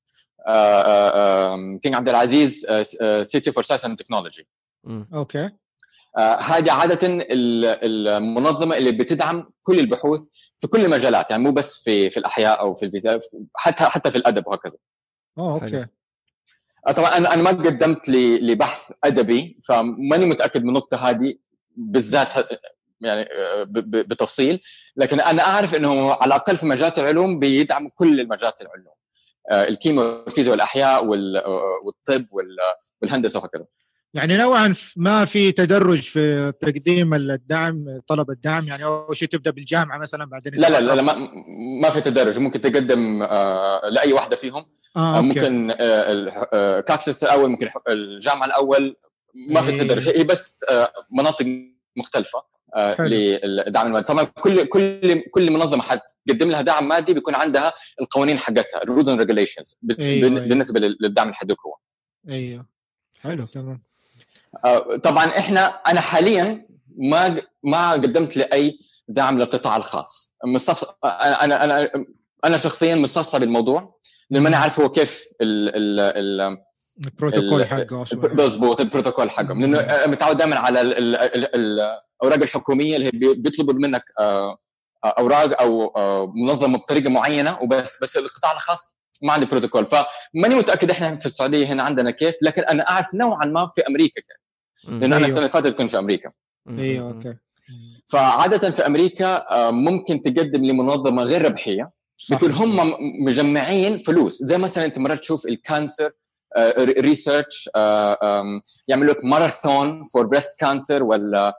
Speaker 3: كينج عبد العزيز سيتي فور ساينس اند تكنولوجي.
Speaker 2: اوكي.
Speaker 3: هذه عاده المنظمه اللي بتدعم كل البحوث في كل المجالات، يعني مو بس في في الاحياء او في الفيزياء، حتى حتى في الادب وهكذا.
Speaker 2: اه اوكي.
Speaker 3: طبعا انا انا ما قدمت لبحث ادبي، فماني متاكد من النقطه هذه بالذات يعني بتفصيل، لكن انا اعرف انه على الاقل في مجالات العلوم بيدعم كل المجالات العلوم، الكيمياء والفيزياء والاحياء والطب والهندسه وهكذا.
Speaker 2: يعني نوعا ما في تدرج في تقديم الدعم، طلب الدعم، يعني اول شيء تبدا بالجامعه مثلا بعدين
Speaker 3: لا لا لا, لا ما, ما في تدرج، ممكن تقدم آه لاي واحده فيهم.
Speaker 2: آه
Speaker 3: آه ممكن آه كاكسس الاول، ممكن الجامعه الاول، ما في تدرج، هي بس آه مناطق مختلفه آه للدعم المادي. طبعا كل كل كل منظمه حتقدم لها دعم مادي بيكون عندها القوانين حقتها، الرولز اند ريجوليشنز بالنسبه أيوة. للدعم الحدوك هو.
Speaker 2: ايوه حلو تمام.
Speaker 3: آه طبعا احنا انا حاليا ما ما قدمت لاي دعم للقطاع الخاص. مستفسر انا انا انا شخصيا مستفسر الموضوع، لما انا عارف هو كيف ال ال
Speaker 2: البروتوكول حقه
Speaker 3: مضبوط، البروتوكول حقهم، لانه متعود دائما على الاوراق الحكوميه اللي هي بيطلبوا منك اوراق او منظمه بطريقه معينه وبس. بس القطاع الخاص ما عندي بروتوكول، فماني متاكد احنا في السعوديه هنا عندنا كيف، لكن انا اعرف نوعا ما في امريكا كيف، لان انا السنه اللي فاتت كنت في امريكا.
Speaker 2: ايوه اوكي.
Speaker 3: فعاده في امريكا ممكن تقدم لمنظمه غير ربحيه، بيكون هم مجمعين فلوس، زي مثلا انت مرات تشوف الكانسر ريسيرش يعملوا لك ماراثون فور بريست كانسر، ولا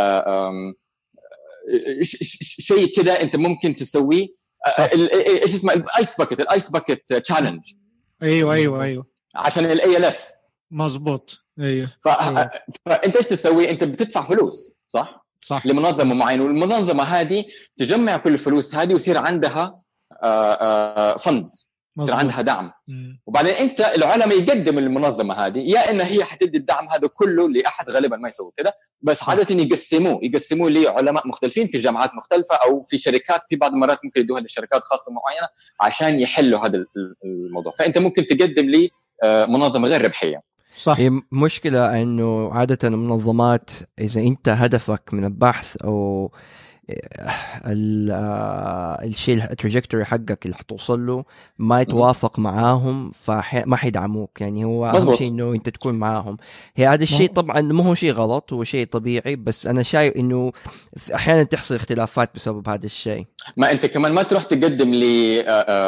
Speaker 3: شيء كده انت ممكن تسويه. ايش اسمه الايس باكيت الايس باكيت تشالنج.
Speaker 2: ايوه ايوه ايوه
Speaker 3: عشان الاي ال اس.
Speaker 2: مظبوط. ايوه.
Speaker 3: ف... أيوه. فانت ايش تسوي؟ انت بتدفع فلوس صح
Speaker 2: صح
Speaker 3: لمنظمه معينه، والمنظمه هذه تجمع كل الفلوس هذه ويصير عندها آآ آآ فند، يصير عندها دعم. مم. وبعدين انت العلماء يقدم المنظمه هذه، يا ان هي حتدي الدعم هذا كله لاحد، غالبا ما يسوي كده، بس عاده يقسموه يقسموه لعلماء مختلفين في جامعات مختلفه او في شركات، في بعض المرات ممكن يدوها لشركات خاصه معينه عشان يحلوا هذا الموضوع. فانت ممكن تقدم لي منظمه غير ربحيه.
Speaker 1: صح. هي مشكله انه عاده المنظمات اذا انت هدفك من البحث او الشيء التراجكتوري حقك اللي حتوصل له ما يتوافق معاهم، فما حيدعموك. يعني هو اهم شيء انه انت تكون معاهم. هي هذا الشيء طبعا ما هو شيء غلط، هو شيء طبيعي، بس انا شايف انه احيانا تحصل اختلافات بسبب هذا الشيء.
Speaker 3: ما انت كمان ما تروح تقدم لي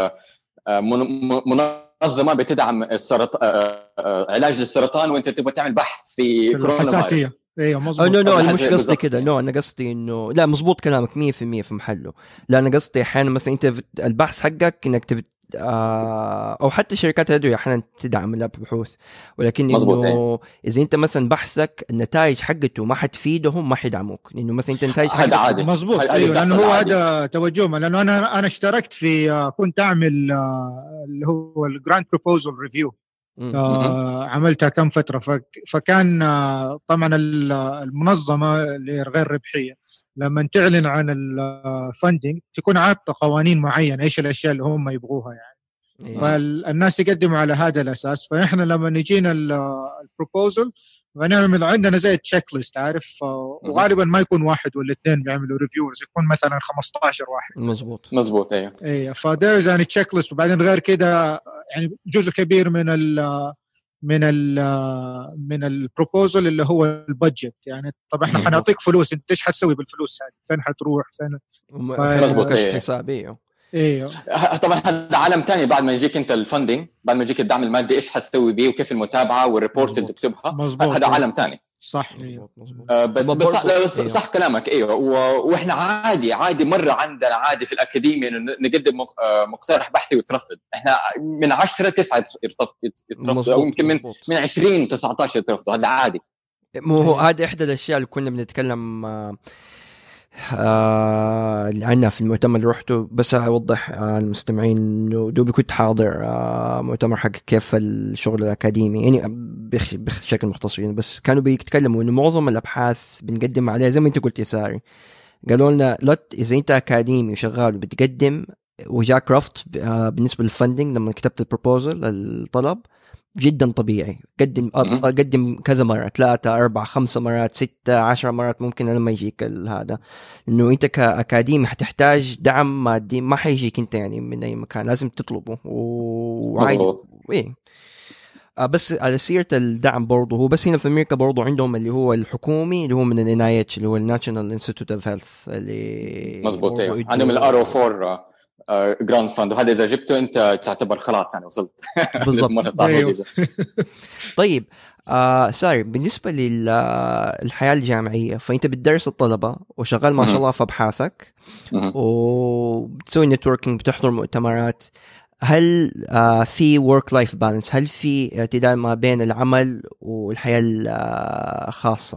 Speaker 3: منظمه بتدعم السرطان، علاج للسرطان، وانت تبغى تعمل بحث في كورونا فيروس.
Speaker 2: ايوه مظبوط.
Speaker 1: نو نو مش قصدي كده، نو انا قصدي انه لا مزبوط كلامك مية في المية في محله. لا انا قصدي احيانا مثلا انت البحث حقك انك تبت آه او حتى شركات الادويه احيانا تدعم البحوث، ولكن انه اذا انت مثلا بحثك النتائج حقته ما حتفيدهم ما حيدعموك، لانه مثلا انت النتائج
Speaker 3: حقك عادي
Speaker 2: مزبوط. ايوه لانه هو هذا توجههم، لانه انا انا اشتركت في كنت اعمل اللي هو الجراند بروبوزل ريفيو، آه عملتها كم فترة. فك فكان آه طبعا المنظمة اللي غير ربحية لما تعلن عن الفندنج تكون عارفة قوانين معينة ايش الاشياء اللي هم يبغوها يعني. إيه. فالناس يقدموا على هذا الاساس. فاحنا لما نجينا البروبوزل فنعمل عندنا زي تشيك ليست عارف، وغالبا ما يكون واحد ولا اثنين بيعملوا ريفيورز، يكون مثلا خمسة عشر واحد.
Speaker 1: مزبوط
Speaker 3: مزبوط ايوه
Speaker 2: ايوه. فدير يعني تشيك ليست. وبعدين غير كده يعني جزء كبير من ال من ال من البروبوزل اللي هو البادجت. يعني طبعا احنا حنعطيك فلوس، انت ايش حتسوي بالفلوس هذه؟ فين حتروح؟ فين
Speaker 1: مظبوط ايش حسابيه؟
Speaker 2: ايوه
Speaker 3: طبعا هذا عالم تاني. بعد ما يجيك انت الفندنج، بعد ما يجيك الدعم المادي، ايش حتسوي بيه وكيف المتابعه والريبورتس اللي تكتبها، هذا عالم تاني.
Speaker 2: صح
Speaker 3: مزبوط مزبوط. آه بس بس صح, بس صح أيوه. كلامك ايوه. واحنا عادي عادي مره عندنا عادي في الاكاديميه انه نقدم مقترح بحثي وترفض. احنا من عشرة تسعة يترفضوا، او يمكن من مزبوط. من عشرين تسعة عشر يترفضوا، هذا عادي.
Speaker 1: مو هو هذا احدى الاشياء اللي كنا بنتكلم آه آه اللي عنا في المؤتمر اللي رحته. بس أوضح آه المستمعين إنه دوبي كنت حاضر آه مؤتمر حق كيف الشغل الأكاديمي يعني بخ بشكل مختصر، بس كانوا بيتكلموا إنه معظم الأبحاث بنقدم عليها زي ما أنت قلت يا ساري. قالوا لنا لا إذا أنت أكاديمي وشغال وبتقدم وجاك رفض آه بالنسبة للفندنج لما كتبت البروبوزل الطلب جدا طبيعي. قدم قدم كذا مرة، ثلاثة أربعة خمسة مرات ستة عشر مرات ممكن لما يجيك هذا، إنه أنت كأكاديمي حتحتاج دعم مادي ما حيجيك أنت يعني من أي مكان، لازم تطلبه وعادي. إيه بس على سيرة الدعم برضه، هو بس هنا في أمريكا برضه عندهم اللي هو الحكومي اللي هو من ال إن آي إتش اللي هو الناشونال انستيتيوت اوف هيلث اللي
Speaker 3: مظبوط. أيوه عندهم الار او فور جراند فاند، وهذا إذا جبته أنت تعتبر خلاص يعني وصلت
Speaker 1: بالضبط. طيب آه ساري، بالنسبة للحياة الجامعية فأنت بتدرس الطلبة وشغال ما شاء الله في أبحاثك وبتسوي نتوركينج، بتحضر مؤتمرات. هل آه في work life balance؟ هل في اعتدال ما بين العمل والحياة الخاصة؟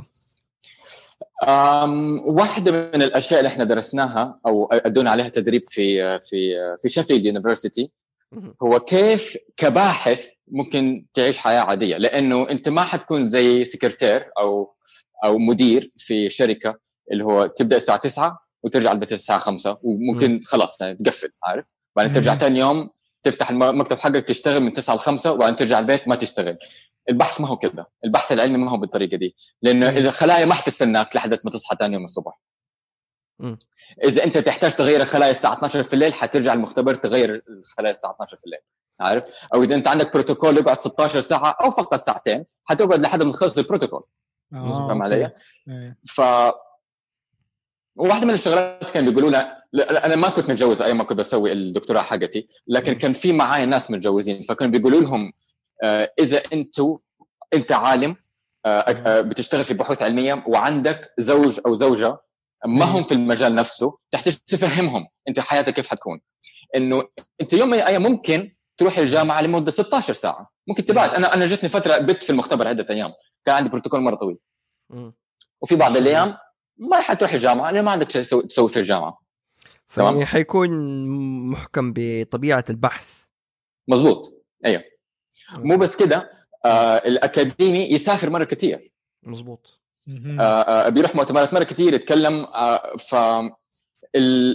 Speaker 3: أم واحدة من الأشياء اللي إحنا درسناها أو أدونا عليها تدريب في في في شيفيلد يونيفرسيتي هو كيف كباحث ممكن تعيش حياة عادية، لأنه أنت ما حتكون زي سكرتير أو أو مدير في شركة اللي هو تبدأ الساعة تسعة وترجع البيت الساعة خمسة وممكن خلاص يعني تقفل، عارف؟ بعدين ترجع تاني يوم تفتح المكتب حقك تشتغل من تسعة لخمسة وبعدين ترجع البيت ما تشتغل. البحث ما هو كده، البحث العلمي ما هو بالطريقة دي، لأنه إذا خلايا ما حتستناك لحد ما تصحى تاني يوم الصبح. م. إذا أنت تحتاج تغير الخلايا الساعة اثناشر في الليل حترجع المختبر تغير الخلايا الساعة اثناشر في الليل، عارف؟ أو إذا أنت عندك بروتوكول يقعد ستة عشر ساعة أو فقط ساعتين حتقعد لحد ما تخلص البروتوكول.
Speaker 2: آه،
Speaker 3: فهم علي؟ ف واحدة من الشغلات كان بيقولوا لها، أنا ما كنت متجوز أيام ما كنت بسوي الدكتوراه حقتي، لكن كان في معايا ناس متجوزين، فكانوا بيقولوا لهم آه إذا أنتوا أنت عالم آه آه بتشتغل في بحوث علمية وعندك زوج أو زوجة ما هم في المجال نفسه، تحتاج تفهمهم أنت حياتك كيف حتكون. إنه أنت يوم من الأيام ممكن تروح الجامعة لمدة ستة عشر ساعة، ممكن تبعت. أنا أنا جتني فترة بت في المختبر عدة أيام، كان عندي بروتوكول مرة طويل، وفي بعض الأيام ما حتروح الجامعة لأن ما عندك شيء تسوي في الجامعة.
Speaker 1: فيعني حيكون محكم بطبيعة البحث.
Speaker 3: مزبوط أيوه. مو بس كده، آه الأكاديمي يسافر مرة كتير.
Speaker 1: مزبوط.
Speaker 3: آه آه بيروح مؤتمرات مرة كتير يتكلم. آه ف ال...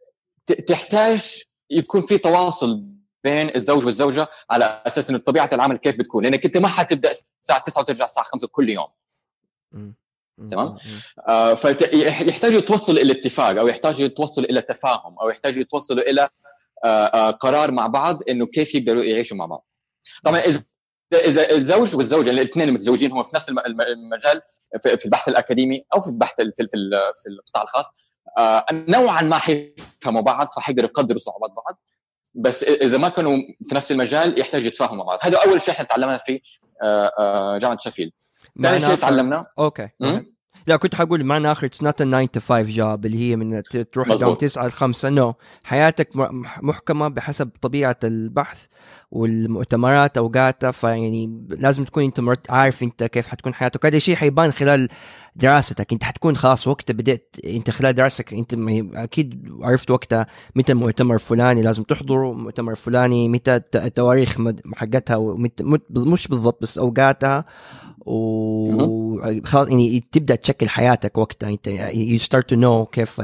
Speaker 3: تحتاج يكون في تواصل بين الزوج والزوجة على أساس إن طبيعة العمل كيف بتكون، لأنك أنت ما حتبدأ الساعة تسعة وترجع الساعة خمسة كل يوم. م. تمام. آه فيحتاج يتوصل الى اتفاق او يحتاج يتوصل الى تفاهم او يحتاج يتوصلوا الى آه آه قرار مع بعض انه كيف يقدروا يعيشوا مع بعض. طبعا اذا اذا الزوج والزوجه الاثنين متزوجين هم في نفس المجال في البحث الاكاديمي او في البحث في في في القطاع الخاص، آه نوعا ما حيفهموا بعض فحيقدروا يقدروا صعوبات بعض. بس اذا ما كانوا في نفس المجال يحتاج يتفاهموا مع بعض. هذا اول شيء احنا تعلمناه في آه آه جامعه شيفيلد. ثاني شيء تعلمنا
Speaker 1: اوكي لا كنت حقول معنى آخر it's not a nine to five job اللي هي من تروح يوم تسعة لخمسة. نو no. حياتك محكمة بحسب طبيعة البحث والمؤتمرات أوقاتها، فيعني لازم تكون أنت عارف أنت كيف حتكون حياتك. هذا الشيء حيبان خلال دراستك. أنت حتكون خلاص وقت بدأت أنت خلال دراستك أنت أكيد عرفت وقتها متى المؤتمر الفلاني لازم تحضره، المؤتمر الفلاني متى التواريخ حقتها مش بالضبط بس أوقاتها، وخلاص يعني تبدأ تشكل حياتك وقتها. انت you start to know كيف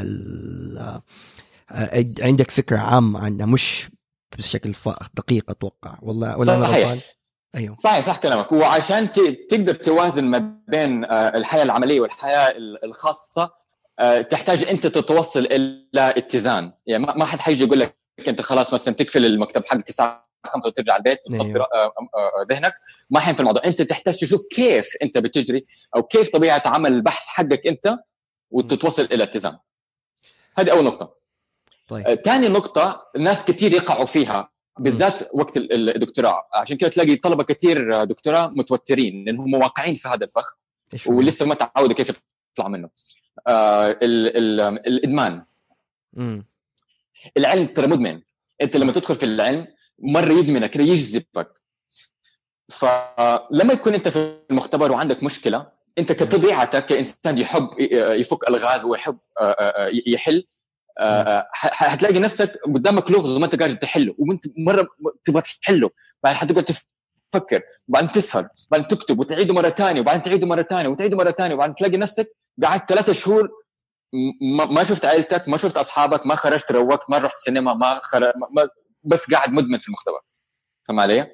Speaker 1: عندك فكرة عامة عنها مش بشكل دقيق اتوقع. والله ولا
Speaker 3: صحيح. ايوه صحيح صح كلامك. وعشان تقدر توازن ما بين الحياة العملية والحياة الخاصة تحتاج انت تتوصل الى اتزان. يعني ما حد حيجي يقول لك انت خلاص مثلا تقفل المكتب حقك الساعة خمسة وترجع البيت تصفي ذهنك، ما حين في الموضوع. انت تحتاج تشوف كيف انت بتجري او كيف طبيعه عمل البحث حقك انت وتتوصل الى اتزان. هذه اول نقطه.
Speaker 1: طيب
Speaker 3: ثاني نقطه الناس كتير يقعوا فيها بالذات وقت الدكتوراه، عشان كده تلاقي طلبه كتير دكتوراه متوترين لانهم واقعين في هذا الفخ ولسه ما تعودوا كيف يطلع منه. آه ال ال الادمان.
Speaker 1: مم.
Speaker 3: العلم ترى مدمن. انت لما تدخل في العلم مره يدمنك كده يجذبك. فلما يكون انت في المختبر وعندك مشكله، انت كطبيعتك كانسان يحب يفك الغاز ويحب يحل، هتلاقي نفسك قدامك لغز وما انت قادر تحله، وانت مره تبغى تحله، بعدين حتقعد تفكر، بعدين تسهر، بعدين تكتب وتعيده مره ثانيه، وبعدين تعيده مره ثانيه وتعيده مره ثانيه، وبعدين تلاقي نفسك قاعد ثلاثة شهور ما شفت عائلتك، ما شفت اصحابك، ما خرجت روقت، ما رحت السينما، ما, خرج ما بس قاعد مدمن في المختبر. فهم علي؟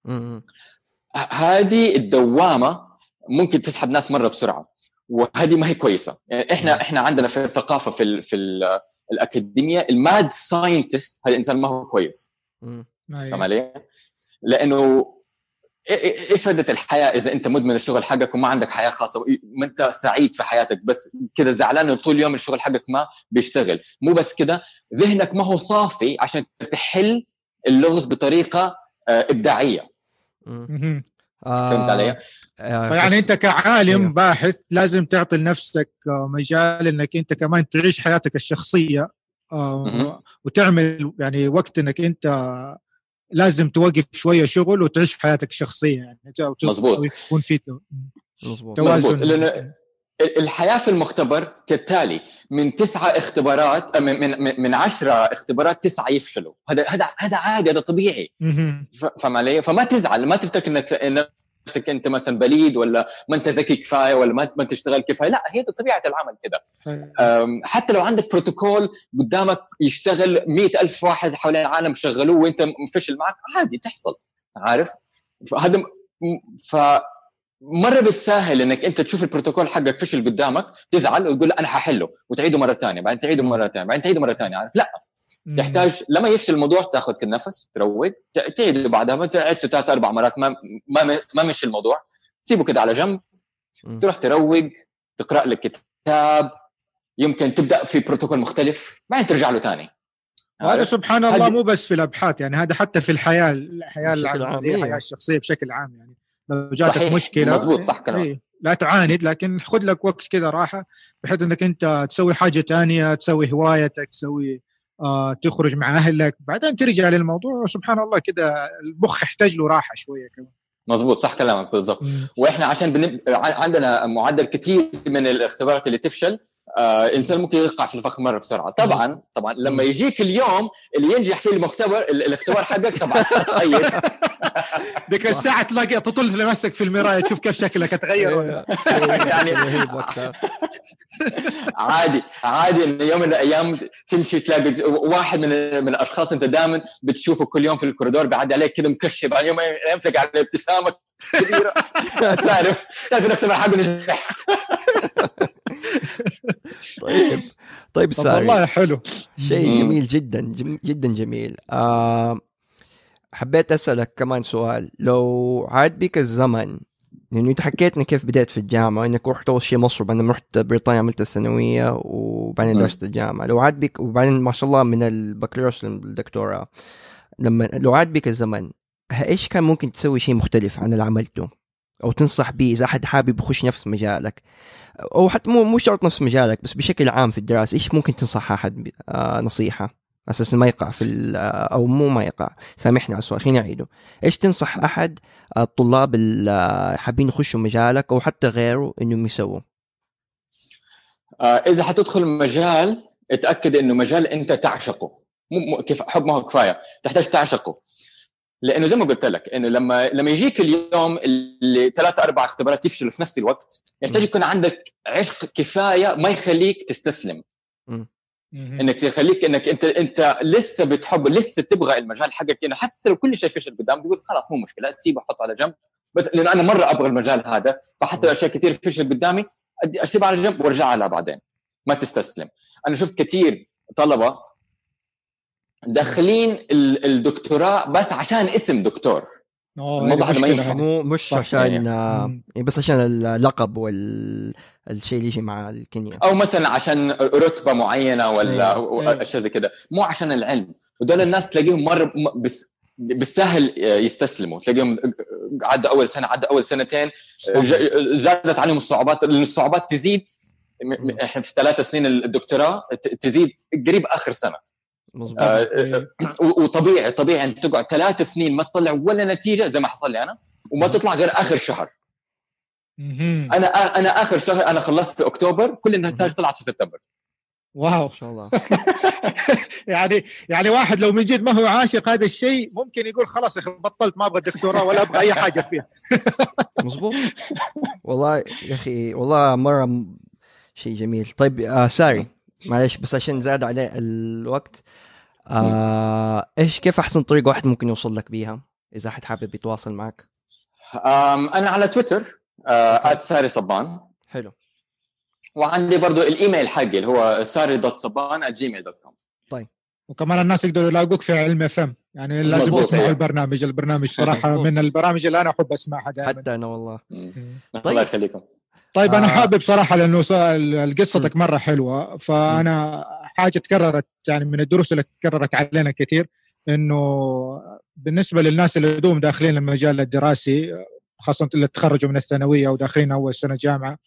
Speaker 3: هذه الدوامه ممكن تسحب ناس مره بسرعه، وهذه ما هي كويسه. يعني احنا مم. احنا عندنا في الثقافه في ال في ال الاكاديميه الماد ساينتست هذا الانسان ما هو كويس. فهم علي؟ لانه ايش فائده الحياه اذا انت مدمن الشغل حقك وما عندك حياه خاصه، ما انت سعيد في حياتك بس كذا زعلان طول اليوم الشغل حقك ما بيشتغل. مو بس كذا، ذهنك ما هو صافي عشان تحل اللغز بطريقه ابداعيه.
Speaker 1: امم
Speaker 3: فهمت علي؟
Speaker 2: آه يعني انت كعالم أيوه. باحث لازم تعطي لنفسك مجال انك انت كمان تعيش حياتك الشخصيه، آه وتعمل يعني وقت انك انت لازم توقف شويه شغل وتعيش حياتك الشخصيه، يعني
Speaker 3: مظبوط،
Speaker 2: يكون في
Speaker 3: توازن. لأن الحياه في المختبر كالتالي: من تسعة اختبارات من من من عشرة اختبارات تسعة يفشلوا. هذا هذا هذا عادي، هذا طبيعي. فهم علي؟ فما تزعل، ما تفتكر انك نفسك انت مثلا بليد ولا ما انت ذكي كفايه ولا ما ما تشتغل كفايه. لا، هي طبيعه العمل كده. حتى لو عندك بروتوكول قدامك يشتغل مئة ألف واحد حول العالم شغلوه وانت مفشل معك، عادي تحصل، عارف؟ فهذا ف مره بالساهل انك انت تشوف البروتوكول حقك فشل قدامك تزعل وتقول انا هحله وتعيده مره ثانيه، بعدين تعيده مره ثانيه، بعدين تعيده مره ثانيه. عارف؟ لا، تحتاج لما يفشل الموضوع تاخذ كالنفس، تروق، تعيده بعدها. ما تعيده ثلاث اربع مرات ما ما ما مشي الموضوع، تسيبه كده على جنب، تروح تروق، تقرا لك كتاب، يمكن تبدا في بروتوكول مختلف، بعدين ترجع له ثاني.
Speaker 2: هذا سبحان الله مو بس في الابحاث، يعني هذا حتى في الحياه الحياه العامه، الحياه الشخصيه بشكل عام. يعني لو جاتك مشكله
Speaker 3: مزبوط، صح كلام.
Speaker 2: إيه، لا تعاند، لكن خذ لك وقت كده راحه بحيث انك انت تسوي حاجه تانية، تسوي هوايتك، تسوي آه، تخرج مع اهلك، بعدين ترجع للموضوع. وسبحان الله كده المخ يحتاج له راحه شويه كمان.
Speaker 3: مزبوط، صح كلامك بالضبط. واحنا عشان بنب... عندنا معدل كثير من الاختبارات اللي تفشل، آه، الانسان ممكن يقع في الفخ مره بسرعه. طبعا طبعا لما يجيك اليوم اللي ينجح فيه المختبر الاختبار حقك طبعا تتغير.
Speaker 2: ديك الساعه تلاقي تطل لنفسك في المرايه تشوف كيف شكلك اتغير ولا
Speaker 3: يعني عادي عادي ان يوم من الايام تمشي تلاقي واحد من من الاشخاص انت دائما بتشوفه كل يوم في الكوريدور بعد عليك كده مكشف، بعد يوم ايام تلاقي عليه ابتسامه كبيره، تعرف تعرف نفس الحاجه نجح.
Speaker 1: طيب طيب
Speaker 2: ساري، والله حلو،
Speaker 1: شيء جميل جدا جدا جميل. آه حبيت أسألك كمان سؤال، لو عاد بك الزمن، لأنه أنت حكيتنا كيف بدأت في الجامعة، إنك رحت أول شيء مصر وبعدين رحت بريطانيا عملت الثانوية وبعدين درست الجامعة. لو عاد بك وبعدين ما شاء الله من البكالوريوس للدكتوراه، لما لو عاد بك الزمن إيش كان ممكن تسوي شيء مختلف عن اللي عملته، أو تنصح به إذا أحد حابب يخش نفس مجالك، أو حتى مو مو شرط نفس مجالك بس بشكل عام في الدراسة، إيش ممكن تنصح أحد آه نصيحة أساس ما يقع في أو مو ما يقع سامحني على السؤال، خليني أعيده. إيش تنصح أحد الطلاب اللي حابين يخشوا مجالك أو حتى غيره إنهم يسووا؟
Speaker 3: آه إذا حتدخل مجال اتأكد إنه مجال أنت تعشقه، مو كيف حب ما هو كفاية، تحتاج تعشقه. لأنه زي ما قلت لك إنه لما لما يجيك اليوم اللي ثلاثة أربعة اختبارات يفشلوا في نفس الوقت، يحتاج يكون عندك عشق كفاية ما يخليك تستسلم. م. انك تخليك انك انت انت لسه بتحب، لسه تبغى المجال حقك، انه حتى لو كل شيء فشل قدام تقول خلاص مو مشكله تسيبه احطه على جنب، بس لانه انا مره ابغى المجال هذا، فحتى اشياء كثير فشل قدامي اسيبها على جنب وارجع لها بعدين، ما تستسلم. انا شفت كثير طلبه داخلين الدكتوراه بس عشان اسم دكتور.
Speaker 1: الموضوع هذا ما ينفع، مو مش عشان يعني بس عشان اللقب والشيء اللي يجي مع الكينيا،
Speaker 3: او مثلا عشان رتبه معينه ولا اشياء زي كده، مو عشان العلم. ودول الناس تلاقيهم مره بس بالسهل يستسلموا، تلاقيهم عدى اول سنه عدى اول سنتين زادت عليهم الصعوبات، لان الصعوبات تزيد. احنا في ثلاث سنين الدكتوراه تزيد قريب اخر سنه. آه وطبيعي طبيعي ان تقعد ثلاث سنين ما تطلع ولا نتيجه زي ما حصل لي انا، وما تطلع غير اخر شهر. انا انا اخر شهر انا خلصت في اكتوبر، كل النتائج طلعت في سبتمبر.
Speaker 2: واو ما شاء الله. يعني يعني واحد لو من جد ما هو عاشق هذا الشيء ممكن يقول خلاص يا اخي بطلت، ما ابغى دكتوراه ولا ابغى اي حاجه فيها.
Speaker 1: مظبوط والله يا اخي، والله مره شيء جميل. طيب آه ساري معلش بس عشان زاد عليه الوقت، آه ايش كيف احسن طريقه واحد ممكن يوصل لك بيها اذا حد حابب يتواصل معك؟
Speaker 3: انا على تويتر آه @ساري صبان.
Speaker 1: حلو.
Speaker 3: وعندي برضو الايميل حقي اللي هو ساري دوت صبان آت جيميل دوت كوم.
Speaker 1: طيب
Speaker 2: وكمان الناس يقدروا يلاقوك في علم اف ام، يعني لازم تسمعوا البرنامج. البرنامج صراحه مزبوط. من البرامج اللي انا احب اسمعها دائما،
Speaker 1: حتى انا والله.
Speaker 3: طيب. الله يخليكم.
Speaker 2: طيب آه. انا حابب صراحه لانه قصتك مره حلوه، فانا حاجه تكررت يعني من الدروس اللي تكررت علينا كثير، انه بالنسبه للناس اللي دوم داخلين المجال الدراسي خاصه اللي تخرجوا من الثانويه وداخلين اول سنه جامعه،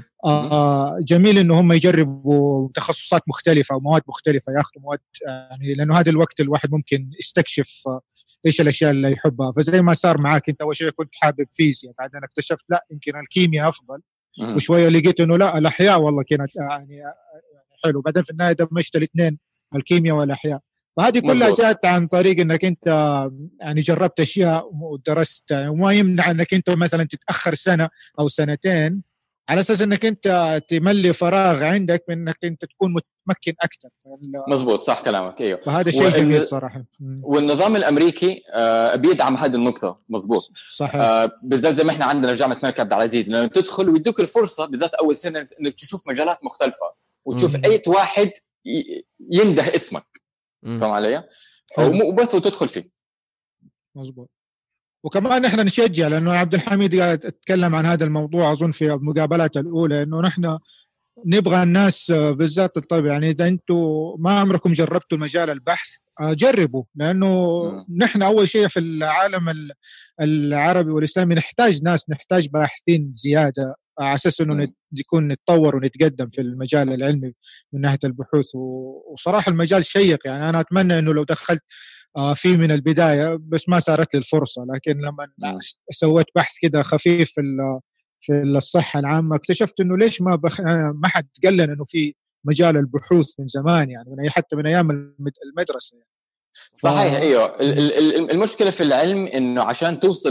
Speaker 2: آه جميل انه هم يجربوا تخصصات مختلفه ومواد مختلفه، ياخذوا مواد يعني لانه هذا الوقت الواحد ممكن يستكشف ايش الاشياء اللي يحبها. فزي ما صار معك انت، اول شيء كنت حابب فيزياء، بعدين اكتشفت لا يمكن الكيمياء افضل، وشويه لقيت انه لا الاحياء والله كانت يعني حلو، بعدين في النهايه دمجت الاثنين الكيمياء والاحياء. فهذه كلها جاءت عن طريق انك انت يعني جربت اشياء ودرست، وما يمنع انك انت مثلا تتاخر سنه او سنتين على اساس انك انت تملي فراغ عندك من انك انت تكون متمكن اكثر.
Speaker 3: مزبوط صح كلامك. ايوه
Speaker 2: فهذا شيء جميل صراحه.
Speaker 3: والنظام الامريكي آه بيدعم هذه النقطه. مزبوط
Speaker 2: صحيح.
Speaker 3: آه بالذات زي ما احنا عندنا جامعه الملك عبد العزيز، لانه تدخل ويدوك الفرصه بالذات اول سنه انك تشوف مجالات مختلفه وتشوف مم. اي واحد ينده اسمك، فهم علي؟ وبس وتدخل فيه.
Speaker 2: مزبوط. وكمان احنا نشجع، لانه عبد الحميد قاعد اتكلم عن هذا الموضوع اظن في المقابلات الاولى، انه نحن نبغى الناس بالذات الطب يعني اذا انتم ما عمركم جربتوا مجال البحث جربوا، لانه م. نحن اول شيء في العالم العربي والاسلامي نحتاج ناس، نحتاج باحثين زياده على اساس انه يكون نتطور ونتقدم في المجال العلمي من ناحيه البحوث. وصراحه المجال شيق، يعني انا اتمنى انه لو دخلت فيه من البدايه، بس ما صارت لي الفرصه. لكن لما م. سويت بحث كده خفيف في في الصحه العامه اكتشفت انه ليش ما بخ... ما حد قال لنا انه في مجال البحوث من زمان، يعني من حتى من ايام المدرسه يعني.
Speaker 3: ف... صحيح. ايوه المشكله في العلم انه عشان توصل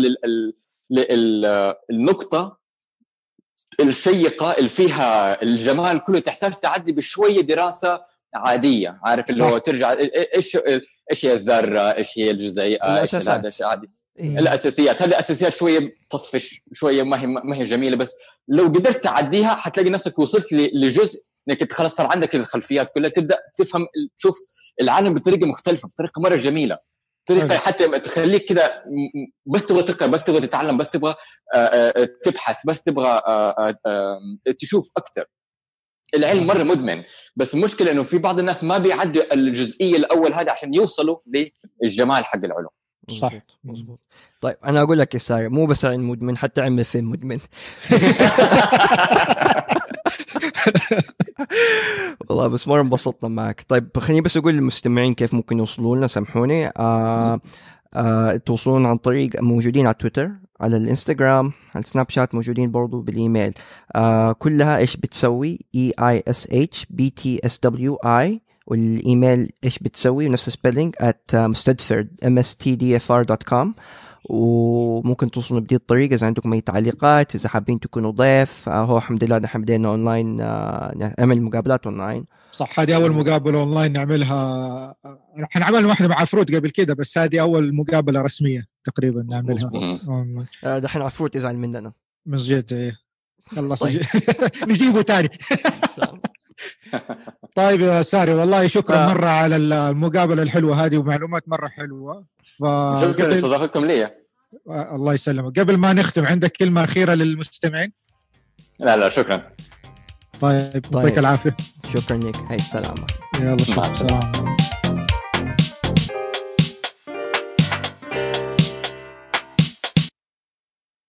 Speaker 3: للنقطه الشيقه اللي فيها الجمال كله تحتاج تعدي بشويه دراسه عاديه، عارف اللي هو ترجع ايش ايش هي الذره، ايش هي الجزيئه، ايش هذا الشيء عادي. إيه. الاساسيات هذه اساسيات شويه تطفش شويه، ما هي ما هي جميله، بس لو قدرت تعديها حتلاقي نفسك وصلت لجزء انك خلاص صار عندك الخلفيات كلها، تبدا تفهم تشوف العالم بطريقه مختلفه، بطريقه مره جميله، طريقه أه. حتى تخليك كده بس تبغى تقرا، بس تبغى تتعلم، بس تبغى تبحث، بس تبغى تشوف اكثر. العلم مره مدمن، بس المشكله انه في بعض الناس ما بيعدوا الجزئيه الاول هذا عشان يوصلوا للجمال حق العلوم.
Speaker 1: صح مظبوط. طيب انا اقول لك يا ساري، مو بس علم مدمن، حتى علم الفيلم مدمن. والله بس مره انبسطنا معك. طيب خليني بس اقول للمستمعين كيف ممكن يوصلوا لنا، سامحوني. آه آه توصلون عن طريق موجودين على تويتر، على الانستغرام، على السناب شات، موجودين برضو بالايميل. آه كلها ايش بتسوي اي اي اس اتش بي تي اس دبليو اي، والايميل ايش بتسوي نفس سبيلينج at مستدفر ام اس تي دي اف ار دوت كوم. وممكن توصلوا بهذه الطريقه اذا عندكم اي تعليقات، اذا حابين تكونوا ضيف. آه هو الحمد لله نحن بدينا اونلاين، آه نعمل مقابلات اونلاين.
Speaker 2: صح، هذه اول مقابله اونلاين نعملها. احنا عملنا واحده مع عفروت قبل كده، بس هذه اول مقابله رسميه تقريبا نعملها
Speaker 1: اونلاين. آه دحين عفروت يزعل مننا
Speaker 2: من جد. يلا طيب. نجيبه تاني. طيب يا ساري والله شكرا ف... مرة على المقابلة الحلوة هذه ومعلومات مرة حلوة.
Speaker 3: ف... شكرا لاستضافتكم لي.
Speaker 2: الله يسلمك. قبل ما نختم عندك كلمة أخيرة للمستمعين؟
Speaker 3: لا لا شكرا.
Speaker 2: طيب يعطيك العافية.
Speaker 1: شكرا لك. هاي السلامة.
Speaker 2: يلا شكرا.